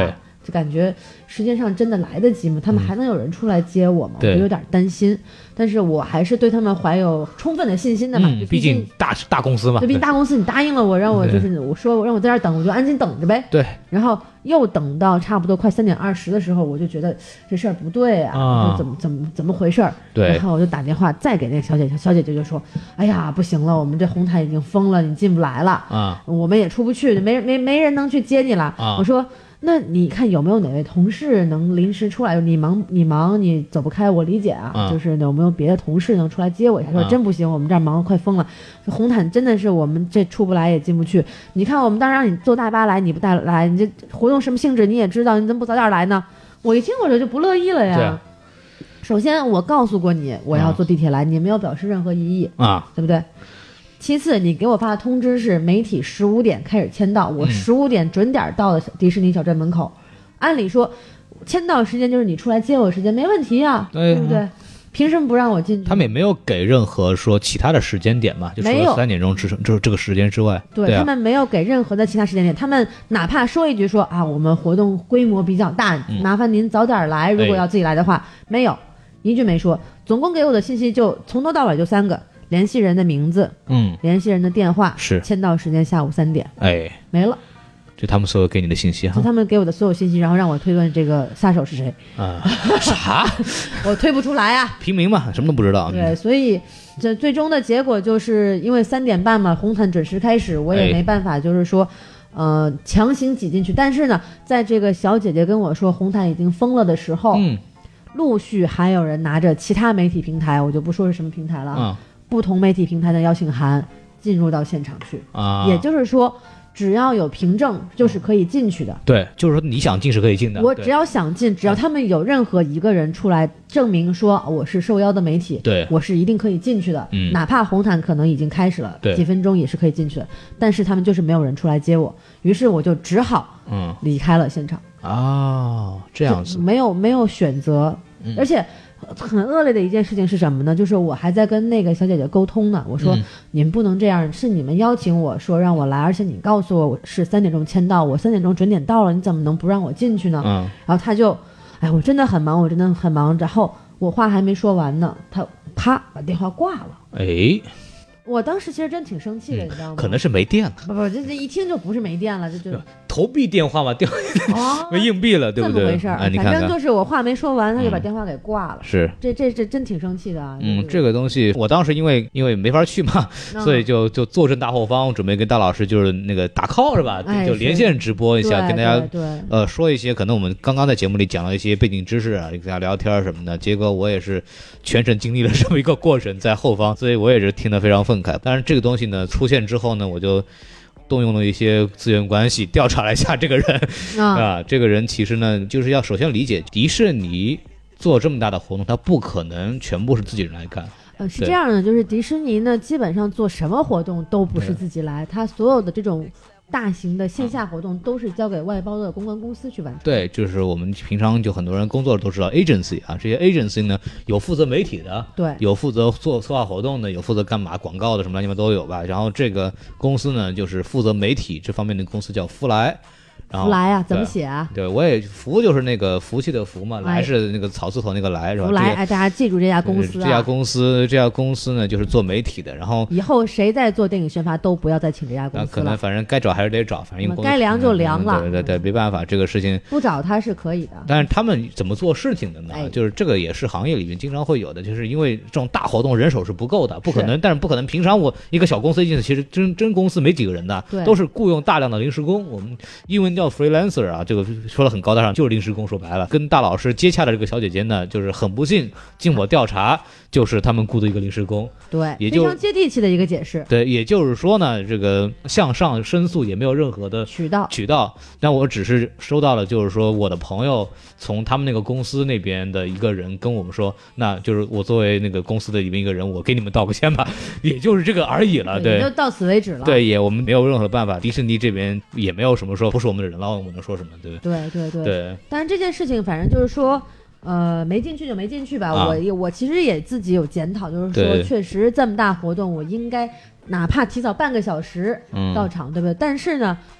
就感觉时间上真的来得及吗？他们还能有人出来接我吗？嗯、我就有点担心。但是我还是对他们怀有充分的信心的嘛， 嗯、毕竟大大公司嘛。 对，毕竟大公司你答应了我，让我就是我说让我在这儿等，我就安心等着呗。 对。 然后又等到差不多快三点二十的时候，我就觉得这事儿不对啊，啊怎么怎么怎么回事儿？ 对。 然后我就打电话再给那个小姐姐，小姐姐就说：“哎呀，不行了，我们这红毯已经封了，你进不来了啊，我们也出不去，没没没人能去接你了。啊”我说。那你看有没有哪位同事能临时出来？你忙你忙你走不开，我理解啊，啊就是有没有别的同事能出来接我一下？说真不行，我们这儿忙得快疯了，红毯真的是我们这出不来也进不去。你看我们当时让你坐大巴来，你不带来，你这活动什么性质你也知道，你怎么不早点来呢？我一听我这就不乐意了呀。首先我告诉过你我要坐地铁来，啊、你没有表示任何异议啊，对不对？其次，你给我发的通知是媒体十五点开始签到，我十五点准点到了迪士尼小镇门口。嗯、按理说，签到时间就是你出来接我时间，没问题啊，对不对？凭什么不让我进去？ 他们也没有给任何说其他的时间点嘛，就除了三点钟之就是这个时间之外， 对， 对啊、 他们没有给任何的其他时间点。他们哪怕说一句说啊，我们活动规模比较大，嗯、麻烦您早点来，如果要自己来的话，哎、没有一句没说。总共给我的信息就从头到尾就三个。联系人的名字，嗯，联系人的电话是， 签到时间下午三点， 哎， 没了， 就他们所有给你的信息哈， 就他们给我的所有信息，然后让我推断这个杀手是谁啊？啥？ 我推不出来啊！ 平民嘛，什么都不知道。 对，所以这最终的结果就是因为三点半嘛，红毯准时开始，我也没办法，就是说。哎呃，强行挤进去，但是呢，在这个小姐姐跟我说红毯已经封了的时候，嗯，陆续还有人拿着其他媒体平台，我就不说是什么平台了，嗯。不同媒体平台的邀请函进入到现场去啊，也就是说，只要有凭证就是可以进去的。 对，就是说你想进是可以进的。 我只要想进，只要他们有任何一个人出来证明说我是受邀的媒体， 对， 我是一定可以进去的。嗯，哪怕红毯可能已经开始了，几分钟也是可以进去的。但是他们就是没有人出来接我，于是我就只好嗯离开了现场。 哦，这样子， 没有没有选择，嗯、而且。很恶劣的一件事情是什么呢？就是我还在跟那个小姐姐沟通呢。我说、嗯、你们不能这样，是你们邀请我说让我来，而且你告诉我我是三点钟签到，我三点钟准点到了，你怎么能不让我进去呢？嗯，然后他就，哎，我真的很忙，我真的很忙。然后我话还没说完呢，他啪把电话挂了。 哎。 我当时其实真挺生气的， 嗯、 你知道吗？ 可能是没电了。 不不，这这一听就不是没电了，这就投币电话嘛，掉哦、硬币了，对不对？ 这么回事儿、 哎， 反正就是我话没说完，他就把电话给挂了。 嗯、是， 这这这真挺生气的啊。 嗯，就是、这个东西，我当时因为因为没法去嘛，嗯、所以就就坐镇大后方，准备跟大老师就是那个打 call 是吧？ 哎、 就连线直播一下，跟大家对对呃说一些可能我们刚刚在节目里讲了一些背景知识啊，跟大家聊天什么的。结果我也是全程经历了这么一个过程，在后方，所以我也是听得非常愤慨。但是这个东西。东西呢出现之后呢，我就动用了一些资源关系调查了一下这个人、啊, 啊，这个人其实呢，就是要首先理解迪士尼做这么大的活动，他不可能全部是自己人来干。 呃，是这样的，就是迪士尼呢，基本上做什么活动都不是自己来，他所有的这种。大型的线下活动都是交给外包的公关公司去完成。 对，就是我们平常就很多人工作都知道 agency 啊，这些 agency 呢有负责媒体的， 对， 有负责做策划活动的，有负责干嘛广告的，什么乱七八糟都有吧。然后这个公司呢，就是负责媒体这方面的公司叫福来。 福来啊，怎么写啊？ 对，我也福就是那个福气的福嘛，来是那个草字头那个来，是吧？ 福来，哎，大家记住这家公司啊。 这家公司，这家公司呢，就是做媒体的。然后以后谁在做电影宣发，都不要再请这家公司了。 可能反正该找还是得找，反正因为该凉就凉了。 对对对，没办法，这个事情不找他是可以的。 但是他们怎么做事情的呢？ 哎、 就是这个也是行业里面经常会有的，就是因为这种大活动人手是不够的，不可能，但是不可能平常我一个小公司进去，其实真真公司没几个人的，都是雇佣大量的临时工，我们英文叫 freelancer 啊。这个说了很高大上，就是临时工。说白了，跟大老师接洽的这个小姐姐呢，就是很不幸，经我调查，就是他们雇的一个临时工。 对， 也就非常接地气的一个解释。 对，也就是说呢，这个向上申诉也没有任何的渠道渠道。那我只是收到了，就是说我的朋友从他们那个公司那边的一个人跟我们说，那就是我作为那个公司的里面一个人，我给你们道个歉吧，也就是这个而已了。对， 也就到此为止了。 对，也我们没有任何办法，迪士尼这边也没有什么说不是我们的人了，我们能说什么？对对对对对。 但是这件事情，反正就是说，呃，没进去就没进去吧。啊、我我其实也自己有检讨，就是说，确实这么大活动，我应该哪怕提早半个小时到场，嗯、对不对？但是呢，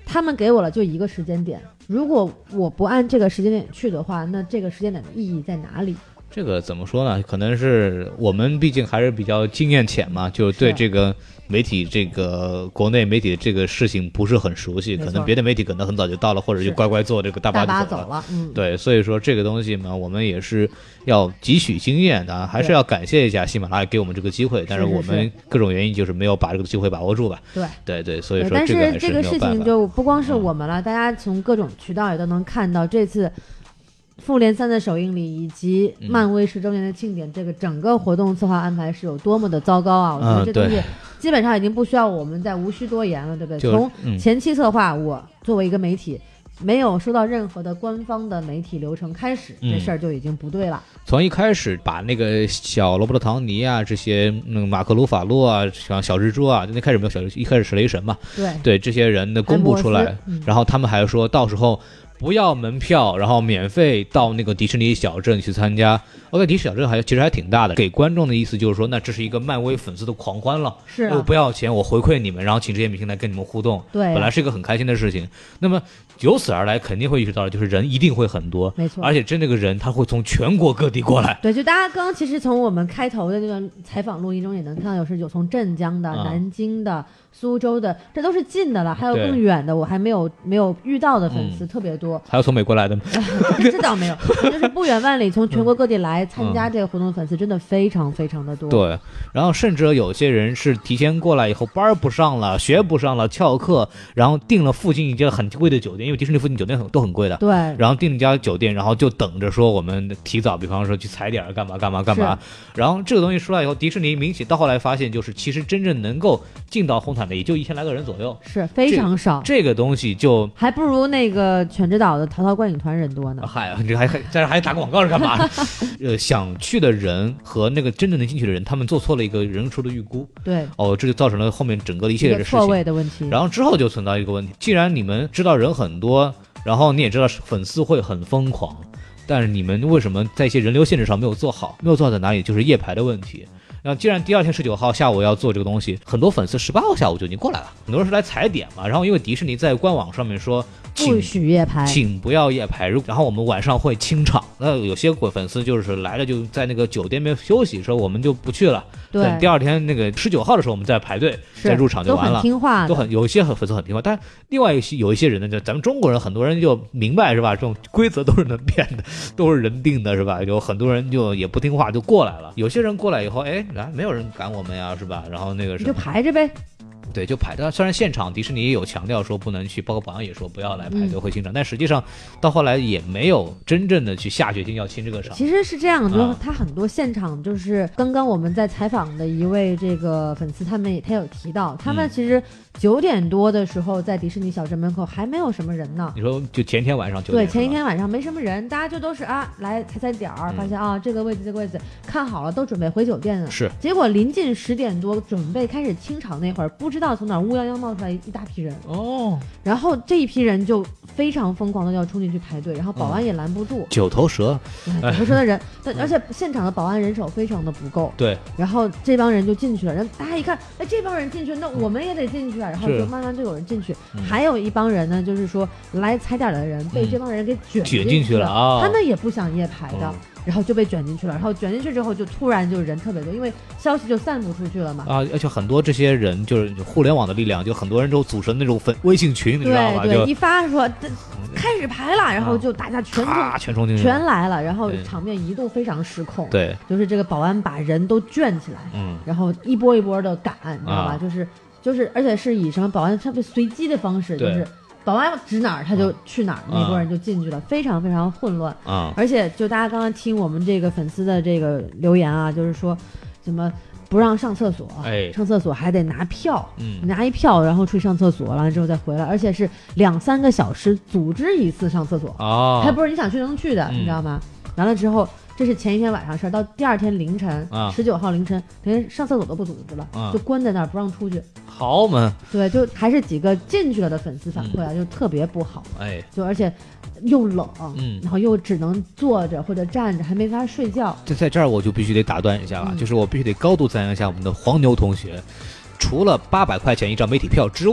他们给我了就一个时间点，如果我不按这个时间点去的话，那这个时间点的意义在哪里？ 这个怎么说呢？可能是我们毕竟还是比较经验浅嘛，就对这个媒体这个国内媒体的这个事情不是很熟悉，可能别的媒体可能很早就到了，或者就乖乖坐这个大巴就走了。 走了嗯、 对，所以说这个东西嘛，我们也是要汲取经验的，还是要感谢一下喜马拉雅给我们这个机会，但是我们各种原因就是没有把这个机会把握住吧。 对对对，所以说但是这个事情就不光是我们了，嗯、大家从各种渠道也都能看到这次。复联三的首映礼以及漫威十周年的庆典，嗯、这个整个活动策划安排是有多么的糟糕啊！我觉得这东西基本上已经不需要我们再无需多言了，对不对？从前期策划，我作为一个媒体，没有收到任何的官方的媒体流程开始，嗯、这事儿就已经不对了。 从一开始把那个小罗伯特·唐尼啊，这些那个马克·鲁法洛啊，像小蜘蛛啊，那开始没有小蜘蛛，一开始是雷神嘛， 对对，这些人的公布出来，嗯、然后他们还说到时候。不要门票，然后免费到那个迪士尼小镇去参加。OK， 迪士尼小镇还其实还挺大的，给观众的意思就是说，那这是一个漫威粉丝的狂欢了。 是、啊， 我不要钱，我回馈你们，然后请这些明星来跟你们互动。 对、啊， 本来是一个很开心的事情。那么由此而来，肯定会意识到，就是人一定会很多， 没错。 而且真那个人他会从全国各地过来。 对，就大家刚刚其实从我们开头的这个采访录音中也能看到，有是有从镇江的、嗯、南京的。苏州的，这都是近的了，还有更远的，我还没有没有遇到的粉丝、嗯、特别多。 还有从美国来的吗？ 这倒没有，就是不远万里从全国各地来参加这个活动的粉丝真的非常非常的多。 对，然后甚至有些人是提前过来以后班不上了，学不上了，翘课，然后订了附近一家很贵的酒店，因为迪士尼附近酒店很都很贵的。 对， 然后订了一家酒店，然后就等着说我们提早，比方说去踩点干嘛干嘛干嘛。然后这个东西出来以后，迪士尼明显到后来发现，就是其实真正能够进到红毯的也就一千来个人左右， 是非常少。 这, 这个东西就还不如那个犬之岛的淘淘观影团人多呢。 嗨，这还还在这还打广告是干嘛？呃，想去的人和那个真正能进去的人，他们做错了一个人数的预估。 对， 哦，这就造成了后面整个的一系列的事情错位的问题。 然后之后就存在一个问题，既然你们知道人很多，然后你也知道粉丝会很疯狂，但是你们为什么在一些人流限制上没有做好？没有做好在哪里？就是夜排的问题。然后既然第二天十九号下午要做这个东西，很多粉丝十八号下午就已经过来了，很多人是来踩点嘛。然后因为迪士尼在官网上面说不许夜排， 请不要夜排，然后我们晚上会清场。那有些粉丝就是来了就在那个酒店里面休息，说我们就不去了。 对， 等第二天那个十九号的时候我们再排队再入场就完了。 都很听话， 都很有一些粉丝很听话，但另外一些有一些人呢，就咱们中国人很多人就明白是吧？这种规则都是能变的，都是人定的是吧？有很多人就也不听话就过来了。有些人过来以后，哎，没有人赶我们呀，是吧？然后那个你就排着呗。 对，就排的。虽然现场迪士尼也有强调说不能去，包括保安也说不要来排队会清场，嗯、但实际上到后来也没有真正的去下决心要清这个场。 其实是这样，就是他很多现场就是刚刚我们在采访的一位这个粉丝，他们也他有提到，他们其实九点多的时候在迪士尼小镇门口还没有什么人呢。 你说就前一天晚上九点？对，前一天晚上没什么人，大家就都是啊来踩踩点儿，发现啊这个位置这个位置看好了，都准备回酒店了。 是。 结果临近十点多准备开始清场那会儿，不知道从哪儿乌泱泱冒出来一大批人哦， 然后这一批人就非常疯狂的要冲进去排队，然后保安也拦不住。 嗯、九头蛇， 九头蛇的人，但而且现场的保安人手非常的不够。 对， 然后这帮人就进去了，然后大家一看，哎，这帮人进去，那我们也得进去啊，然后就慢慢就有人进去。还有一帮人呢，就是说来踩点的人被这帮人给卷卷进去了啊， 他们也不想夜排的。嗯然后就被卷进去了，然后卷进去之后就突然就人特别多，因为消息就散布出去了嘛。 啊，而且很多这些人就是互联网的力量，就很多人都组成那种粉微信群，你知道吗？ 对对，一发说开始排了，然后就大家全冲、 啊、全冲进去， 全来了，然后场面一度非常失控。 对， 就是这个保安把人都圈起来，嗯，然后一波一波的赶，你知道吧？啊、就是就是，而且是以什么保安特别随机的方式，就是。保安指哪儿他就去哪儿，嗯、那波人就进去了，嗯、非常非常混乱。 啊、嗯！ 而且就大家刚刚听我们这个粉丝的这个留言啊，就是说什么不让上厕所， 哎， 上厕所还得拿票， 嗯， 拿一票然后出去上厕所，完了之后再回来，而且是两三个小时组织一次上厕所， 哦， 还不是你想去能去的，嗯、你知道吗？完了之后。这是前一天晚上事儿，到第二天凌晨，十九号凌晨，连上厕所都不组织了，啊、就关在那儿不让出去。 好嘛？ 对，就还是几个进去了的粉丝反馈啊，嗯、就特别不好。 哎， 就而且又冷， 嗯， 然后又只能坐着或者站着，还没法睡觉。 这在这儿我就必须得打断一下了，嗯、就是我必须得高度赞扬一下我们的黄牛同学，除了八百块钱一张媒体票之外。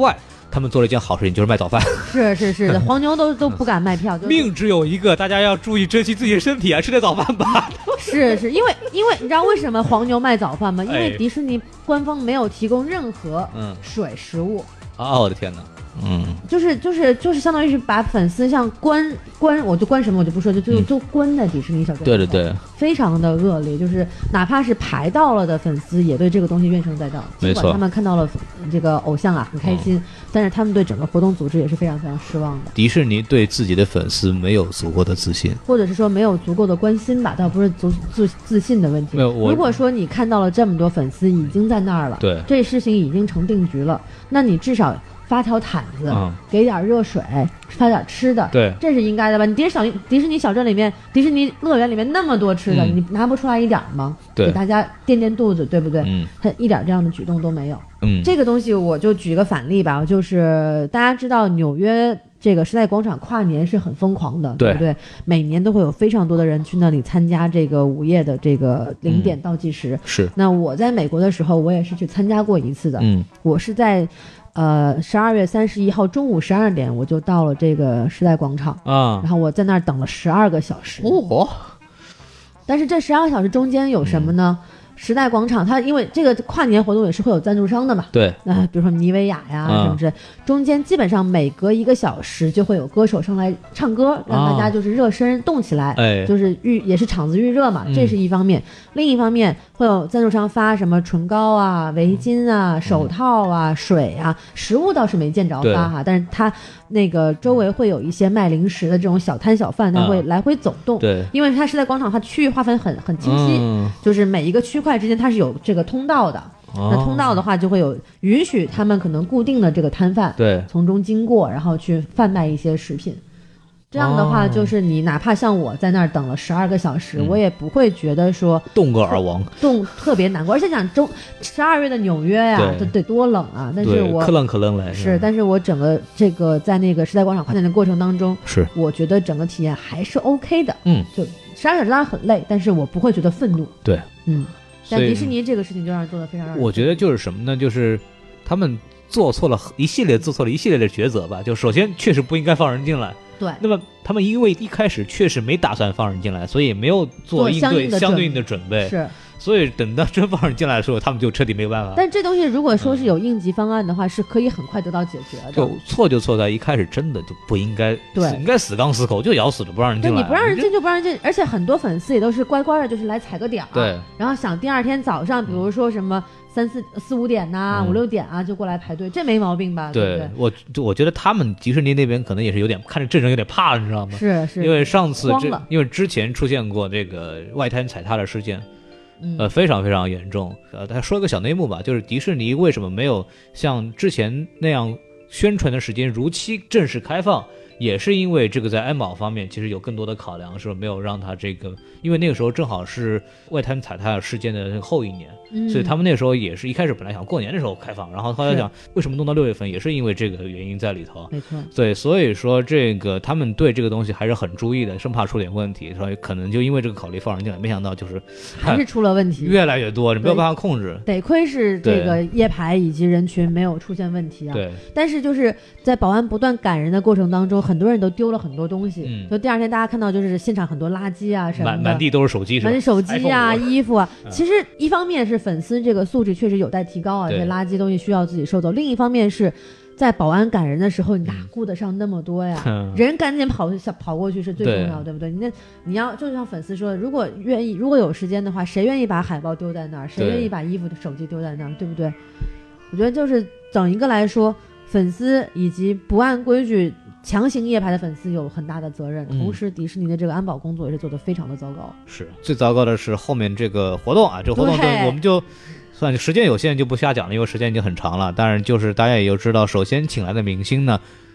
他们做了一件好事情，就是卖早饭。 是是是的，黄牛都都不敢卖票，就是、 命只有一个，大家要注意珍惜自己的身体啊，吃点早饭吧。 是是，因为因为你知道为什么黄牛卖早饭吗？因为迪士尼官方没有提供任何水食物。 啊、哦，我的天哪！嗯， 就是就是就是相当于是把粉丝像关关，我就关什么我就不说，就就就关在迪士尼小镇。 对对对， 非常的恶劣，就是哪怕是排到了的粉丝也对这个东西怨声载道。 没错， 尽管他们看到了这个偶像啊很开心、嗯，但是他们对整个活动组织也是非常非常失望的。 迪士尼对自己的粉丝没有足够的自信， 或者是说没有足够的关心吧，倒不是足自自信的问题。 没有， 如果说你看到了这么多粉丝已经在那儿了， 对， 这事情已经成定局了，那你至少发条毯子、嗯，给点热水，发点吃的， 对， 这是应该的吧？你迪士小迪士尼小镇里面，迪士尼乐园里面那么多吃的、嗯，你拿不出来一点吗？ 对， 给大家垫垫肚子，对不对？ 嗯， 他一点这样的举动都没有。 嗯， 这个东西我就举个反例吧，就是大家知道纽约这个时代广场跨年是很疯狂的， 对, 对不对？每年都会有非常多的人去那里参加这个午夜的这个零点倒计时。 嗯、是。 那我在美国的时候，我也是去参加过一次的。 嗯， 我是在。呃，十二月三十一号中午十二点，我就到了这个时代广场啊， 然后我在那儿等了十二个小时。 哦， 但是这十二个小时中间有什么呢？嗯，时代广场它因为这个跨年活动也是会有赞助商的嘛， 对， 那、呃、比如说妮维雅呀、啊、什么之类，中间基本上每隔一个小时就会有歌手上来唱歌，让大家就是热身动起来， 哎、 就是预也是场子预热嘛，这是一方面、嗯。另一方面会有赞助商发什么唇膏啊、围巾啊、手套啊、嗯、水啊，食物倒是没见着发哈，但是它那个周围会有一些卖零食的这种小摊小贩，他会来回走动， 嗯、对， 因为它是在广场，它区域划分很很清晰、嗯，就是每一个区块之间它是有这个通道的。 哦、 那通道的话就会有允许他们可能固定的这个摊贩对从中经过，然后去贩卖一些食品。这样的话，就是你哪怕像我在那儿等了十二个小时、嗯，我也不会觉得说冻个耳亡， 冻特别难过。而且讲中十二月的纽约呀，这得多冷啊！但是我可冷可冷来是，但是我整个这个在那个时代广场跨年的过程当中， 是我觉得整个体验还是 OK 的。 嗯， 就十二小时当然很累，但是我不会觉得愤怒。 对， 嗯，但迪士尼这个事情就让人做得非常让人。 我觉得就是什么呢？就是他们做错了一系列，做错了一系列的抉择吧。就首先确实不应该放人进来。 对， 那么他们因为一开始确实没打算放人进来，所以没有做应对相对应的准备， 是， 所以等到真放人进来的时候，他们就彻底没办法。 但这东西如果说是有应急方案的话，嗯、是可以很快得到解决的。 就错就错在一开始真的就不应该， 对， 应该死刚死口就咬死了不让人进来。 对，你不让人进就不让人进，而且很多粉丝也都是乖乖的，就是来踩个点儿， 对， 然后想第二天早上，比如说什么。三四四五点呐、啊嗯，五六点啊，就过来排队，这没毛病吧？ 对， 对不对我我觉得他们迪士尼那边可能也是有点看着阵容有点怕，你知道吗？ 是是， 因为上次这因为之前出现过这个外滩踩踏的事件， 嗯、 呃，非常非常严重。呃，他说一个小内幕吧，就是迪士尼为什么没有像之前那样宣传的时间如期正式开放？也是因为这个在安保方面其实有更多的考量，是没有让他这个，因为那个时候正好是外滩踩踏事件的后一年、嗯，所以他们那时候也是一开始本来想过年的时候开放，然后后来想为什么弄到六月份，也是因为这个原因在里头。 没错， 对，所以说这个他们对这个东西还是很注意的，生怕出点问题，所以可能就因为这个考虑放人进来，没想到就是还是出了问题， 越来越多，你没有办法控制。 得亏是这个夜排以及人群没有出现问题啊。 对， 但是就是在保安不断赶人的过程当中，很多人都丢了很。很多东西， 嗯， 就第二天大家看到就是现场很多垃圾啊什么的， 满满地都是手机， 满地手机啊、衣服啊。其实一方面是粉丝这个素质确实有待提高啊，这些垃圾东西需要自己收走；另一方面是在保安赶人的时候，你哪顾得上那么多呀？嗯、人赶紧跑跑过去是最重要的， 对, 对不对？那你要就像粉丝说，如果愿意，如果有时间的话，谁愿意把海报丢在那儿？谁愿意把衣服的手机丢在那儿？对不对？我觉得就是整一个来说，粉丝以及不按规矩强行夜排的粉丝有很大的责任，同时迪士尼的这个安保工作也是做得非常的糟糕。 是最糟糕的是后面这个活动啊，这个活动就我们就算时间有限就不瞎讲了，因为时间已经很长了。但是就是大家也就知道，首先请来的明星呢，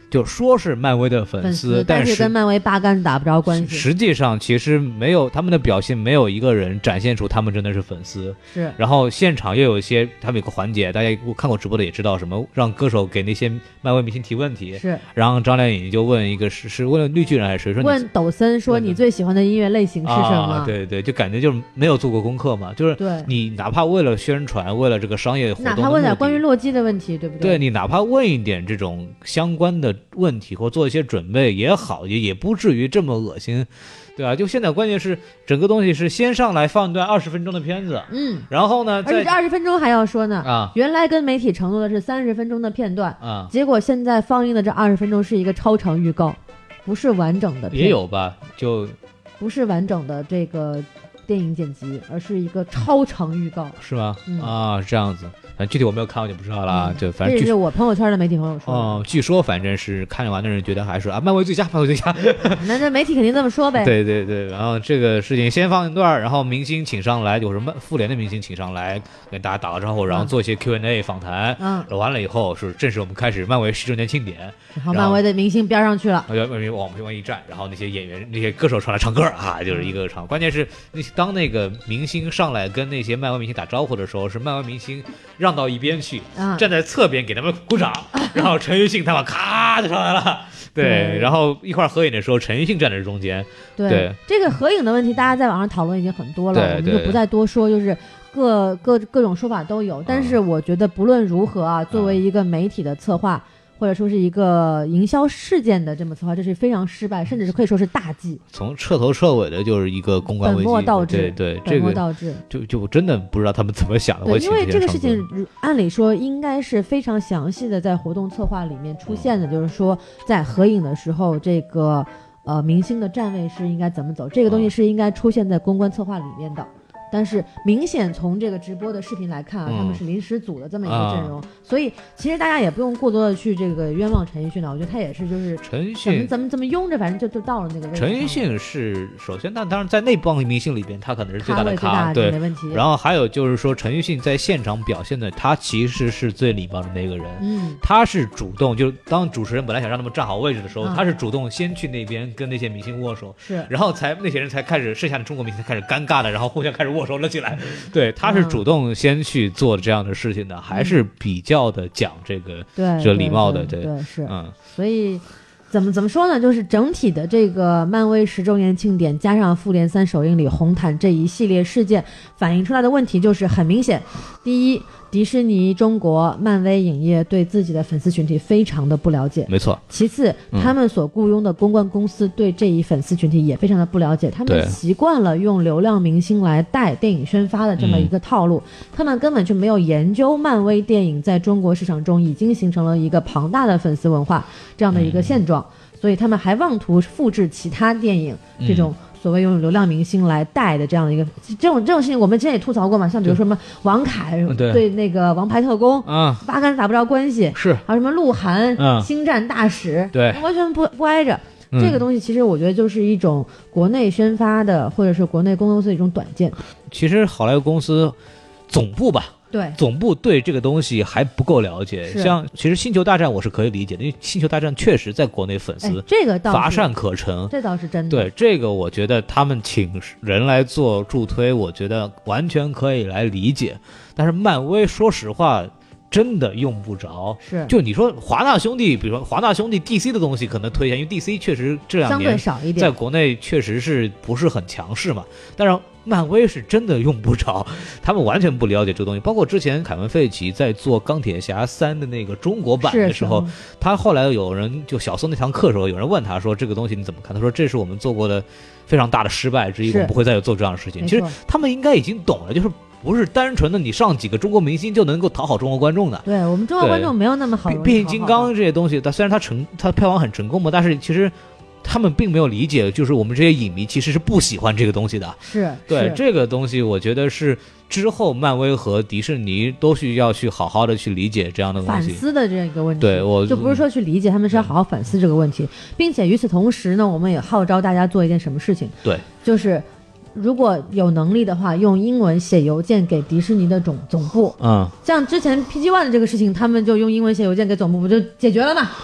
就说是漫威的粉丝， 但是跟漫威八竿子打不着关系。 实际上其实没有他们的表现，没有一个人展现出他们真的是粉丝。 是， 然后现场又有一些他们有个环节，大家看过直播的也知道，什么让歌手给那些漫威明星提问题。 是， 然后张靓颖就问一个是是问了绿巨人还是谁说？ 问抖森说你最喜欢的音乐类型是什么？ 啊、对对，就感觉就是没有做过功课嘛，就是你哪怕为了宣传，为了这个商业活动， 哪怕问点关于洛基的问题，对不对？ 对，你哪怕问一点这种相关的问题或做一些准备也好，也也不至于这么恶心，对吧、啊？就现在关键是整个东西是先上来放一段二十分钟的片子， 嗯， 然后呢， 而且这二十分钟还要说呢啊， 原来跟媒体承诺的是三十分钟的片段啊， 结果现在放映的这二十分钟是一个超长预告，不是完整的片， 也有吧，就不是完整的这个电影剪辑，而是一个超长预告， 是吗？ 嗯、 啊，这样子。反正具体我没有看，我就不知道了。嗯、就反正这是我朋友圈的媒体朋友说。 哦、嗯，据说反正是看完的人觉得还是啊，漫威最佳，漫威最佳。 那这媒体肯定这么说呗。 对对对，然后这个事情先放一段，然后明星请上来，有什么复联的明星请上来跟大家打个招呼，然后做一些 Q and A 访谈。 嗯， 完了以后是正式我们开始漫威十周年庆典。 然后漫威的明星边上去了， 然后往往一站，然后那些演员、那些歌手上来唱歌啊，就是一个唱。关键是那当那个明星上来跟那些漫威明星打招呼的时候，是漫威明星让到一边去。 啊、 站在侧边给他们鼓掌，然后陈奕迅他们咔就上来了，对，对然后一块合影的时候，陈奕迅站在中间。 对， 对这个合影的问题，大家在网上讨论已经很多了， 我们就不再多说，就是各各各种说法都有。但是我觉得不论如何啊，作为一个媒体的策划。或者说是一个营销事件的这么策划，这是非常失败，甚至是可以说是大忌。 从彻头彻尾的就是一个公关危机， 本末倒置。 对对， 本末倒置， 这个就就真的不知道他们怎么想的。 对，因为这个事情按理说应该是非常详细的在活动策划里面出现的，嗯、就是说在合影的时候，这个呃明星的站位是应该怎么走，这个东西是应该出现在公关策划里面的。但是明显从这个直播的视频来看啊，嗯、他们是临时组的这么一个阵容，啊、所以其实大家也不用过多的去这个冤枉陈奕迅了。我觉得他也是就是陈奕迅怎么怎么怎么拥着，反正就就到了那个位置。 陈奕迅是首先，但当然在那帮明星里边，他可能是最大的咖，对， 没问题。 然后还有就是说，陈奕迅在现场表现的，他其实是最礼貌的那个人。 嗯， 他是主动，就当主持人本来想让他们站好位置的时候，啊、他是主动先去那边跟那些明星握手， 是， 然后才那些人才开始，剩下的中国明星才开始尴尬的，然后互相开始握手了起来。对，他是主动先去做这样的事情的，嗯、还是比较的讲这个对这礼貌的， 对对对是， 嗯， 所以怎么怎么说呢？就是整体的这个漫威十周年庆典，加上复联三首映礼、红毯这一系列事件，反映出来的问题就是很明显。第一，迪士尼中国、漫威影业对自己的粉丝群体非常的不了解， 没错。 其次， 嗯、 他们所雇佣的公关公司对这一粉丝群体也非常的不了解，他们习惯了用流量明星来带电影宣发的这么一个套路，嗯、他们根本就没有研究漫威电影在中国市场中已经形成了一个庞大的粉丝文化这样的一个现状，嗯、所以他们还妄图复制其他电影这种。所谓用流量明星来带的这样的一个这种这种事情，我们之前也吐槽过嘛，像比如说什么王凯 对, 对那个王牌特工啊， 八竿子打不着关系， 是还有什么鹿晗、 嗯、 星战大使， 对， 完全不不挨着。 嗯、 这个东西其实我觉得就是一种国内宣发的，或者是国内公关公司的一种短见。 其实好莱坞公司总部吧。 对， 总部对这个东西还不够了解。像其实星球大战我是可以理解的，因为星球大战确实在国内粉丝这个乏善可陈， 这倒是真的。 对这个我觉得他们请人来做助推，我觉得完全可以来理解。但是漫威说实话真的用不着， 是就你说华纳兄弟，比如说华纳兄弟 D C 的东西可能推一下，因为 D C 确实这两年相对少一点， 在国内确实是不是很强势嘛，但是漫威是真的用不着，他们完全不了解这个东西。包括之前凯文·费奇在做钢铁侠三的那个中国版的时候，他后来有人就小松那堂课的时候，有人问他说这个东西你怎么看，他说这是我们做过的非常大的失败之一，我们不会再有做这样的事情。其实他们应该已经懂了，就是不是单纯的你上几个中国明星就能够讨好中国观众的。 对，我们中国观众没有那么好。 变形金刚这些东西，它虽然它成它票房很成功嘛，但是其实他们并没有理解，就是我们这些影迷其实是不喜欢这个东西的。 是， 对这个东西，我觉得是之后漫威和迪士尼都需要去好好的去理解这样的东西， 反思的这个问题。 对，我就不是说去理解，他们是要好好反思这个问题，并且与此同时呢，我们也号召大家做一件什么事情？ 对， 就是如果有能力的话，用英文写邮件给迪士尼的总总部。 嗯， 像之前 P G 一 的这个事情，他们就用英文写邮件给总部，不就解决了嘛？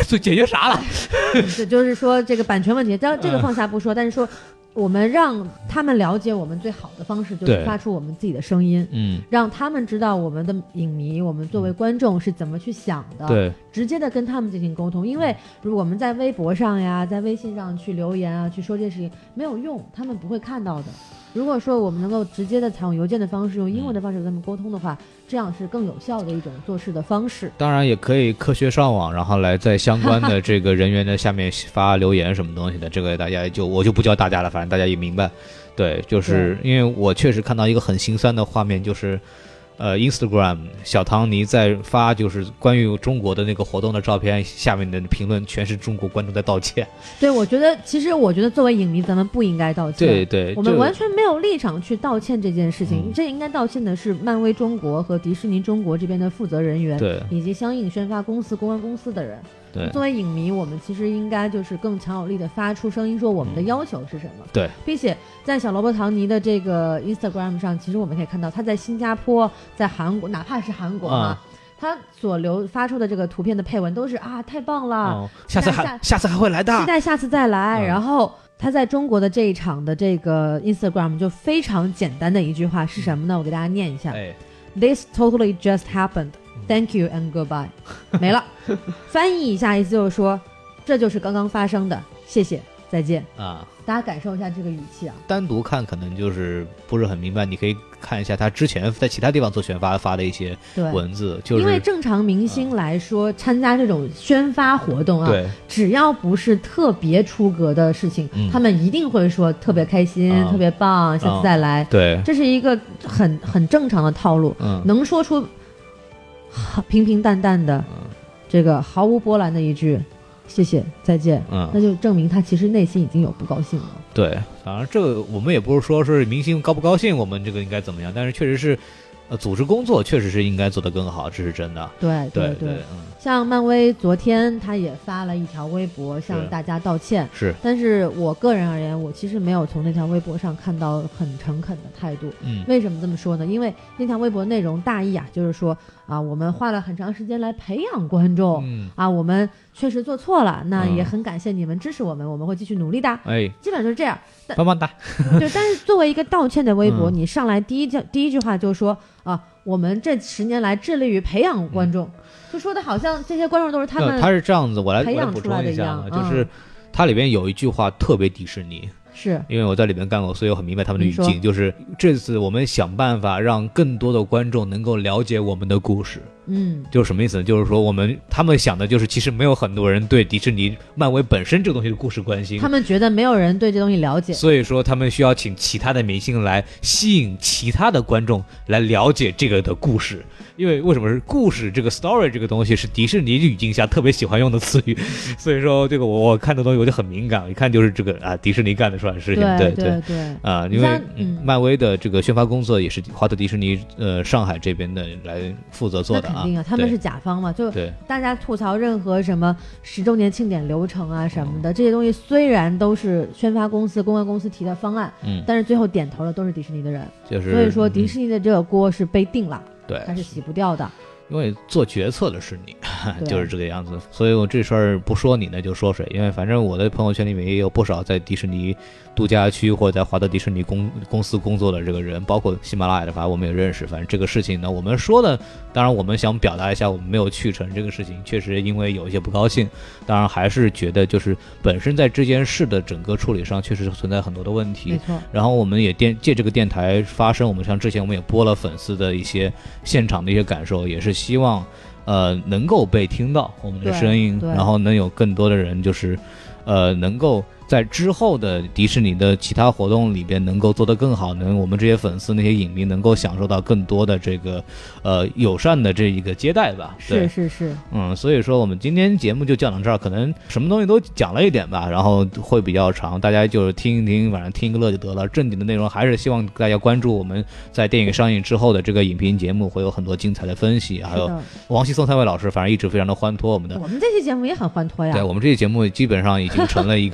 就解决啥了？ 这就是说这个版权问题，这这个放下不说，嗯、但是说。我们让他们了解我们最好的方式就是发出我们自己的声音，嗯，让他们知道我们的影迷，我们作为观众是怎么去想的， 对， 直接的跟他们进行沟通。因为如果我们在微博上呀，在微信上去留言啊，去说这些事情没有用，他们不会看到的。如果说我们能够直接的采用邮件的方式，用英文的方式跟他们沟通的话，这样是更有效的一种做事的方式。 当然也可以科学上网，然后来在相关的这个人员的下面发留言什么东西的，这个大家就我就不教大家了，反正大家也明白。对，就是因为我确实看到一个很心酸的画面，就是呃 Instagram 小唐尼在发就是关于中国的那个活动的照片，下面的评论全是中国观众在道歉。 对，我觉得其实我觉得作为影迷咱们不应该道歉， 对对， 我们完全没有立场去道歉这件事情、嗯、这应该道歉的是漫威中国和迪士尼中国这边的负责人员， 对， 以及相应宣发公司公关公司的人。对，作为影迷我们其实应该就是更强有力的发出声音，说我们的要求是什么、嗯、 对， 并且在小罗伯唐尼的这个 Instagram 上，其实我们可以看到他在新加坡在韩国哪怕是韩国嘛、啊他所留发出的这个图片的配文都是啊太棒了、哦、 下次还下, 下次还会来的， 期待下次再来、嗯、然后他在中国的这一场的这个 Instagram 就非常简单的一句话是什么呢？我给大家念一下、哎、This totally just happened Thank you and goodbye 没了翻译一下意思就是说这就是刚刚发生的，谢谢再见啊！大家感受一下这个语气啊。 单独看可能就是不是很明白，你可以看一下他之前在其他地方做宣发发的一些文字，就是因为正常明星来说、嗯、参加这种宣发活动啊，只要不是特别出格的事情、嗯、他们一定会说特别开心、嗯、特别棒，下次再来、 嗯、对， 这是一个很很正常的套路、嗯、能说出平平淡淡的、嗯、这个毫无波澜的一句谢谢再见，嗯，那就证明他其实内心已经有不高兴了。 对，反正这个我们也不是说是明星高不高兴我们这个应该怎么样，但是确实是呃，组织工作确实是应该做得更好，这是真的。 对对对, 对嗯，像漫威昨天他也发了一条微博向大家道歉， 是， 但是我个人而言，我其实没有从那条微博上看到很诚恳的态度。嗯，为什么这么说呢？因为那条微博内容大意啊，就是说啊，我们花了很长时间来培养观众，嗯啊，我们确实做错了，那也很感谢你们支持我们，嗯、我们会继续努力的。哎，基本上就是这样。 棒棒哒。 对，但是作为一个道歉的微博，嗯、你上来第一句第一句话就说啊，我们这十年来致力于培养观众，嗯、就说的好像这些观众都是他们、呃、 他是这样子，我来我来补充一下，嗯、就是它里边有一句话特别迪士尼。 是因为我在里面干过，所以我很明白他们的语境，就是这次我们想办法让更多的观众能够了解我们的故事。嗯，就是什么意思呢？就是说我们他们想的就是其实没有很多人对迪士尼漫威本身这个东西的故事关心， 他们觉得没有人对这东西了解， 所以说他们需要请其他的明星来吸引其他的观众来了解这个的故事。因为为什么是故事这个 story 这个东西是迪士尼语境下特别喜欢用的词语，所以说这个我我看的东西我就很敏感，一看就是这个啊迪士尼干的出来的事情。 对对对, 对啊，因为、嗯、漫威的这个宣发工作也是华特迪士尼呃上海这边的来负责做的啊。 那肯定啊，他们是甲方嘛，就大家吐槽任何什么十周年庆典流程啊什么的、嗯、这些东西虽然都是宣发公司公关公司提的方案，嗯，但是最后点头的都是迪士尼的人， 就是所以说迪士尼的这个锅是被定了。 对， 它是洗不掉的， 因为做决策的是你，就是这个样子。所以我这事儿不说你呢，就说谁。因为反正我的朋友圈里面也有不少在迪士尼度假区或者在华特迪士尼公公司工作的这个人，包括喜马拉雅的，反正我们也认识。反正这个事情呢，我们说的，当然我们想表达一下，我们没有去成这个事情，确实因为有一些不高兴。当然还是觉得就是本身在这件事的整个处理上，确实存在很多的问题。 没错。 然后我们也电借这个电台发声，我们像之前我们也播了粉丝的一些现场的一些感受，也是希望。呃，能够被听到我们的声音，然后能有更多的人就是，呃，能够在之后的迪士尼的其他活动里边能够做得更好，能我们这些粉丝那些影迷能够享受到更多的这个呃友善的这一个接待吧。 是是是， 嗯，所以说我们今天节目就讲到这儿，可能什么东西都讲了一点吧，然后会比较长，大家就是听一听，反正听个乐就得了。正经的内容还是希望大家关注我们在电影上映之后的这个影评节目，会有很多精彩的分析，还有王熙松三位老师，反正一直非常的欢脱我们的。 我们这期节目也很欢脱呀。 对，我们这期节目基本上已经成了一个前半。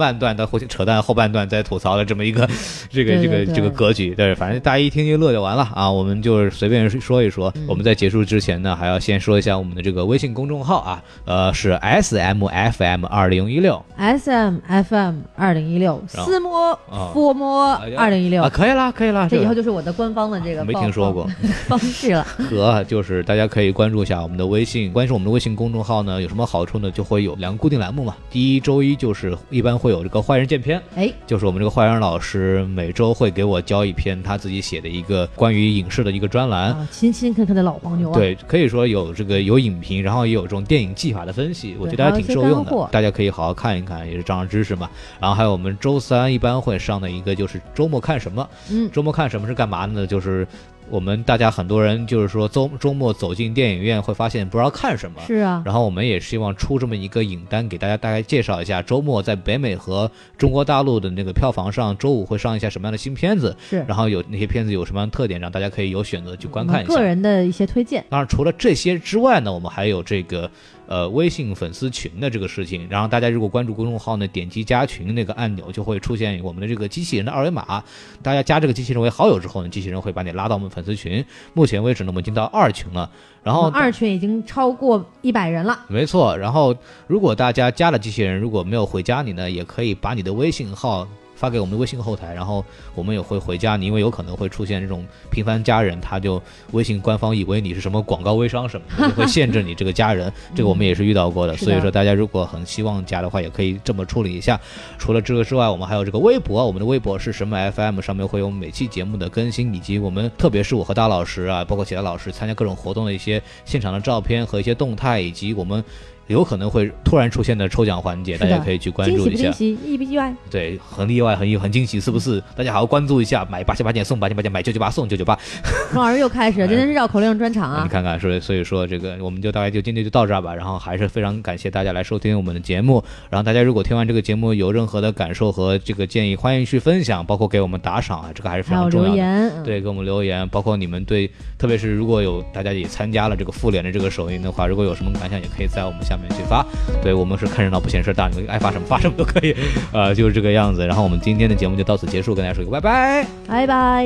半段到后扯淡后半段再吐槽的这么一个这个这个这个格局。对，反正大家一听就乐就完了啊，我们就是随便说一说。嗯、我们在结束之前呢，还要先说一下我们的这个微信公众号啊，呃是 S M F M 二零一六 S M F M 二零一六私摸佛摸二零一六啊，可以了可以了， 这以后就是我的官方的这个没听说过方式了。 和就是大家可以关注一下我们的微信，关注我们的微信公众号呢，有什么好处呢？就会有两个固定栏目嘛。第一周一就是一般会有这个坏人见篇， 哎， 就是我们这个坏人老师每周会给我交一篇他自己写的一个关于影视的一个专栏， 啊、勤勤恳恳的老黄牛啊。 对，可以说有这个有影评，然后也有这种电影技法的分析，我觉得还挺受用的，大家可以好好看一看，也是长长知识嘛。然后还有我们周三一般会上的一个就是周末看什么， 嗯， 周末看什么是干嘛呢？就是我们大家很多人就是说周周末走进电影院会发现不知道看什么， 是啊， 然后我们也希望出这么一个影单给大家大概介绍一下周末在北美和中国大陆的那个票房上周五会上一下什么样的新片子， 是， 然后有那些片子有什么样的特点，让大家可以有选择去观看一下个人的一些推荐。 当然除了这些之外呢，我们还有这个呃微信粉丝群的这个事情，然后大家如果关注公众号呢，点击加群那个按钮就会出现我们的这个机器人的二维码，大家加这个机器人为好友之后呢，机器人会把你拉到我们粉丝群。目前为止呢，我们已经到二群了，然后二群已经超过一百人了， 没错。然后如果大家加了机器人，如果没有回加你呢，也可以把你的微信号发给我们的微信后台，然后我们也会回加你，因为有可能会出现这种频繁加人，他就微信官方以为你是什么广告微商什么的，就会限制你这个加人，这个我们也是遇到过的。所以说大家如果很希望加的话，也可以这么处理一下。除了这个之外，我们还有这个微博，我们的微博是什么 F M， 上面会有每期节目的更新，以及我们特别是我和大老师啊，包括其他老师参加各种活动的一些现场的照片和一些动态，以及我们有可能会突然出现的抽奖环节，大家可以去关注一下。 惊喜不惊喜，意不意外？ 对，很意外，很很惊喜，是不是？大家好好关注一下，买八千八件送八千八件，买九九八送九九八。 孔老师又开始了，今天是绕口令专场啊！ 你看看，所以所以说这个，我们就大概就今天就到这儿吧。然后还是非常感谢大家来收听我们的节目。然后大家如果听完这个节目有任何的感受和这个建议，欢迎去分享，包括给我们打赏啊，这个还是非常重要的。 还有留言， 对，给我们留言，包括你们对，特别是如果有大家也参加了这个妇联的这个首映的话，如果有什么感想，也可以在我们下面去发。对，我们是看热闹不嫌事大，你们爱发什么发什么都可以，呃，就是这个样子。然后我们今天的节目就到此结束，跟大家说一个拜拜， 拜拜。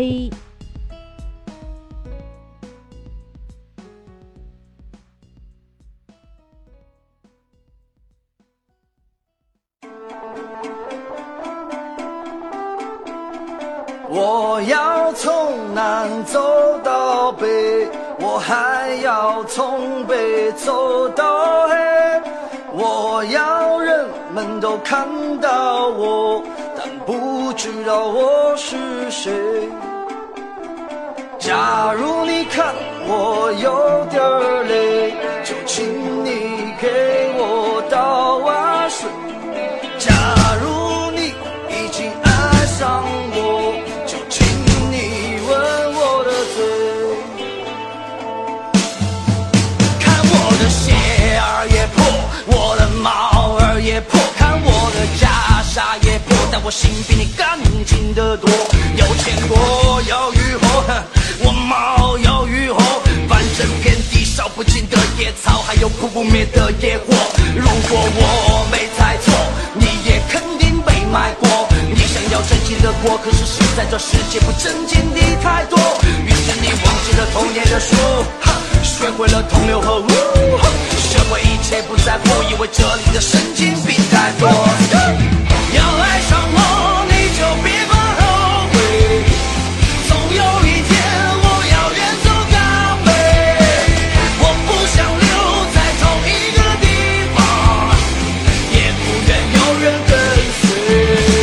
我要从南走到北，我还要从北走到黑，我要人们都看到我，但不知道我是谁。假如你看我有点累，就请你给我倒碗水。假如你已经爱上我，就请你吻我的嘴。看我的鞋儿也破，我的帽儿也破，看我的袈裟也破，但我心比你干净得多。有钱过有雨后，我毛有雨后，反正遍地烧不尽的野草，还有扑不灭的野火。如果我没猜错，你也肯定被卖过。你想要正经的过，可是实在这世界不正经的太多。于是你忘记了童年的书，学会了同流合污，学会一切不在乎，因为这里的神经病太多。要爱上我，你就别怕后悔，总有一天我要远走高飞。我不想留在同一个地方，也不愿有人跟随。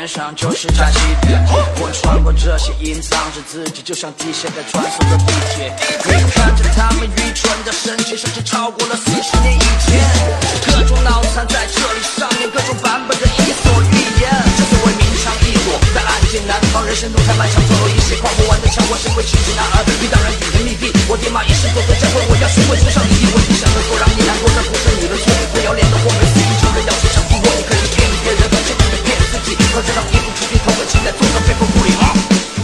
天上就是炸欺骗。我穿过这些隐藏着自己，就像地下在穿梭的地铁。你看着他们愚蠢的神情，甚至超过了四十年以前。各种脑残在这里上演，各种版本的伊索寓言。这所谓明枪易躲，在暗箭难防，人生路太漫长，总有一些跨不完的墙。我身为奇迹男儿，你当然语言密闭。我爹妈也是做做教会，我要学会崇尚礼仪。我只想能够让你难过，但不是你的错。不要脸的货没死硬，就人要去想听我，你可以骗别人，却不能骗自己。靠这张衣服出去偷个情，在做个背后不礼貌。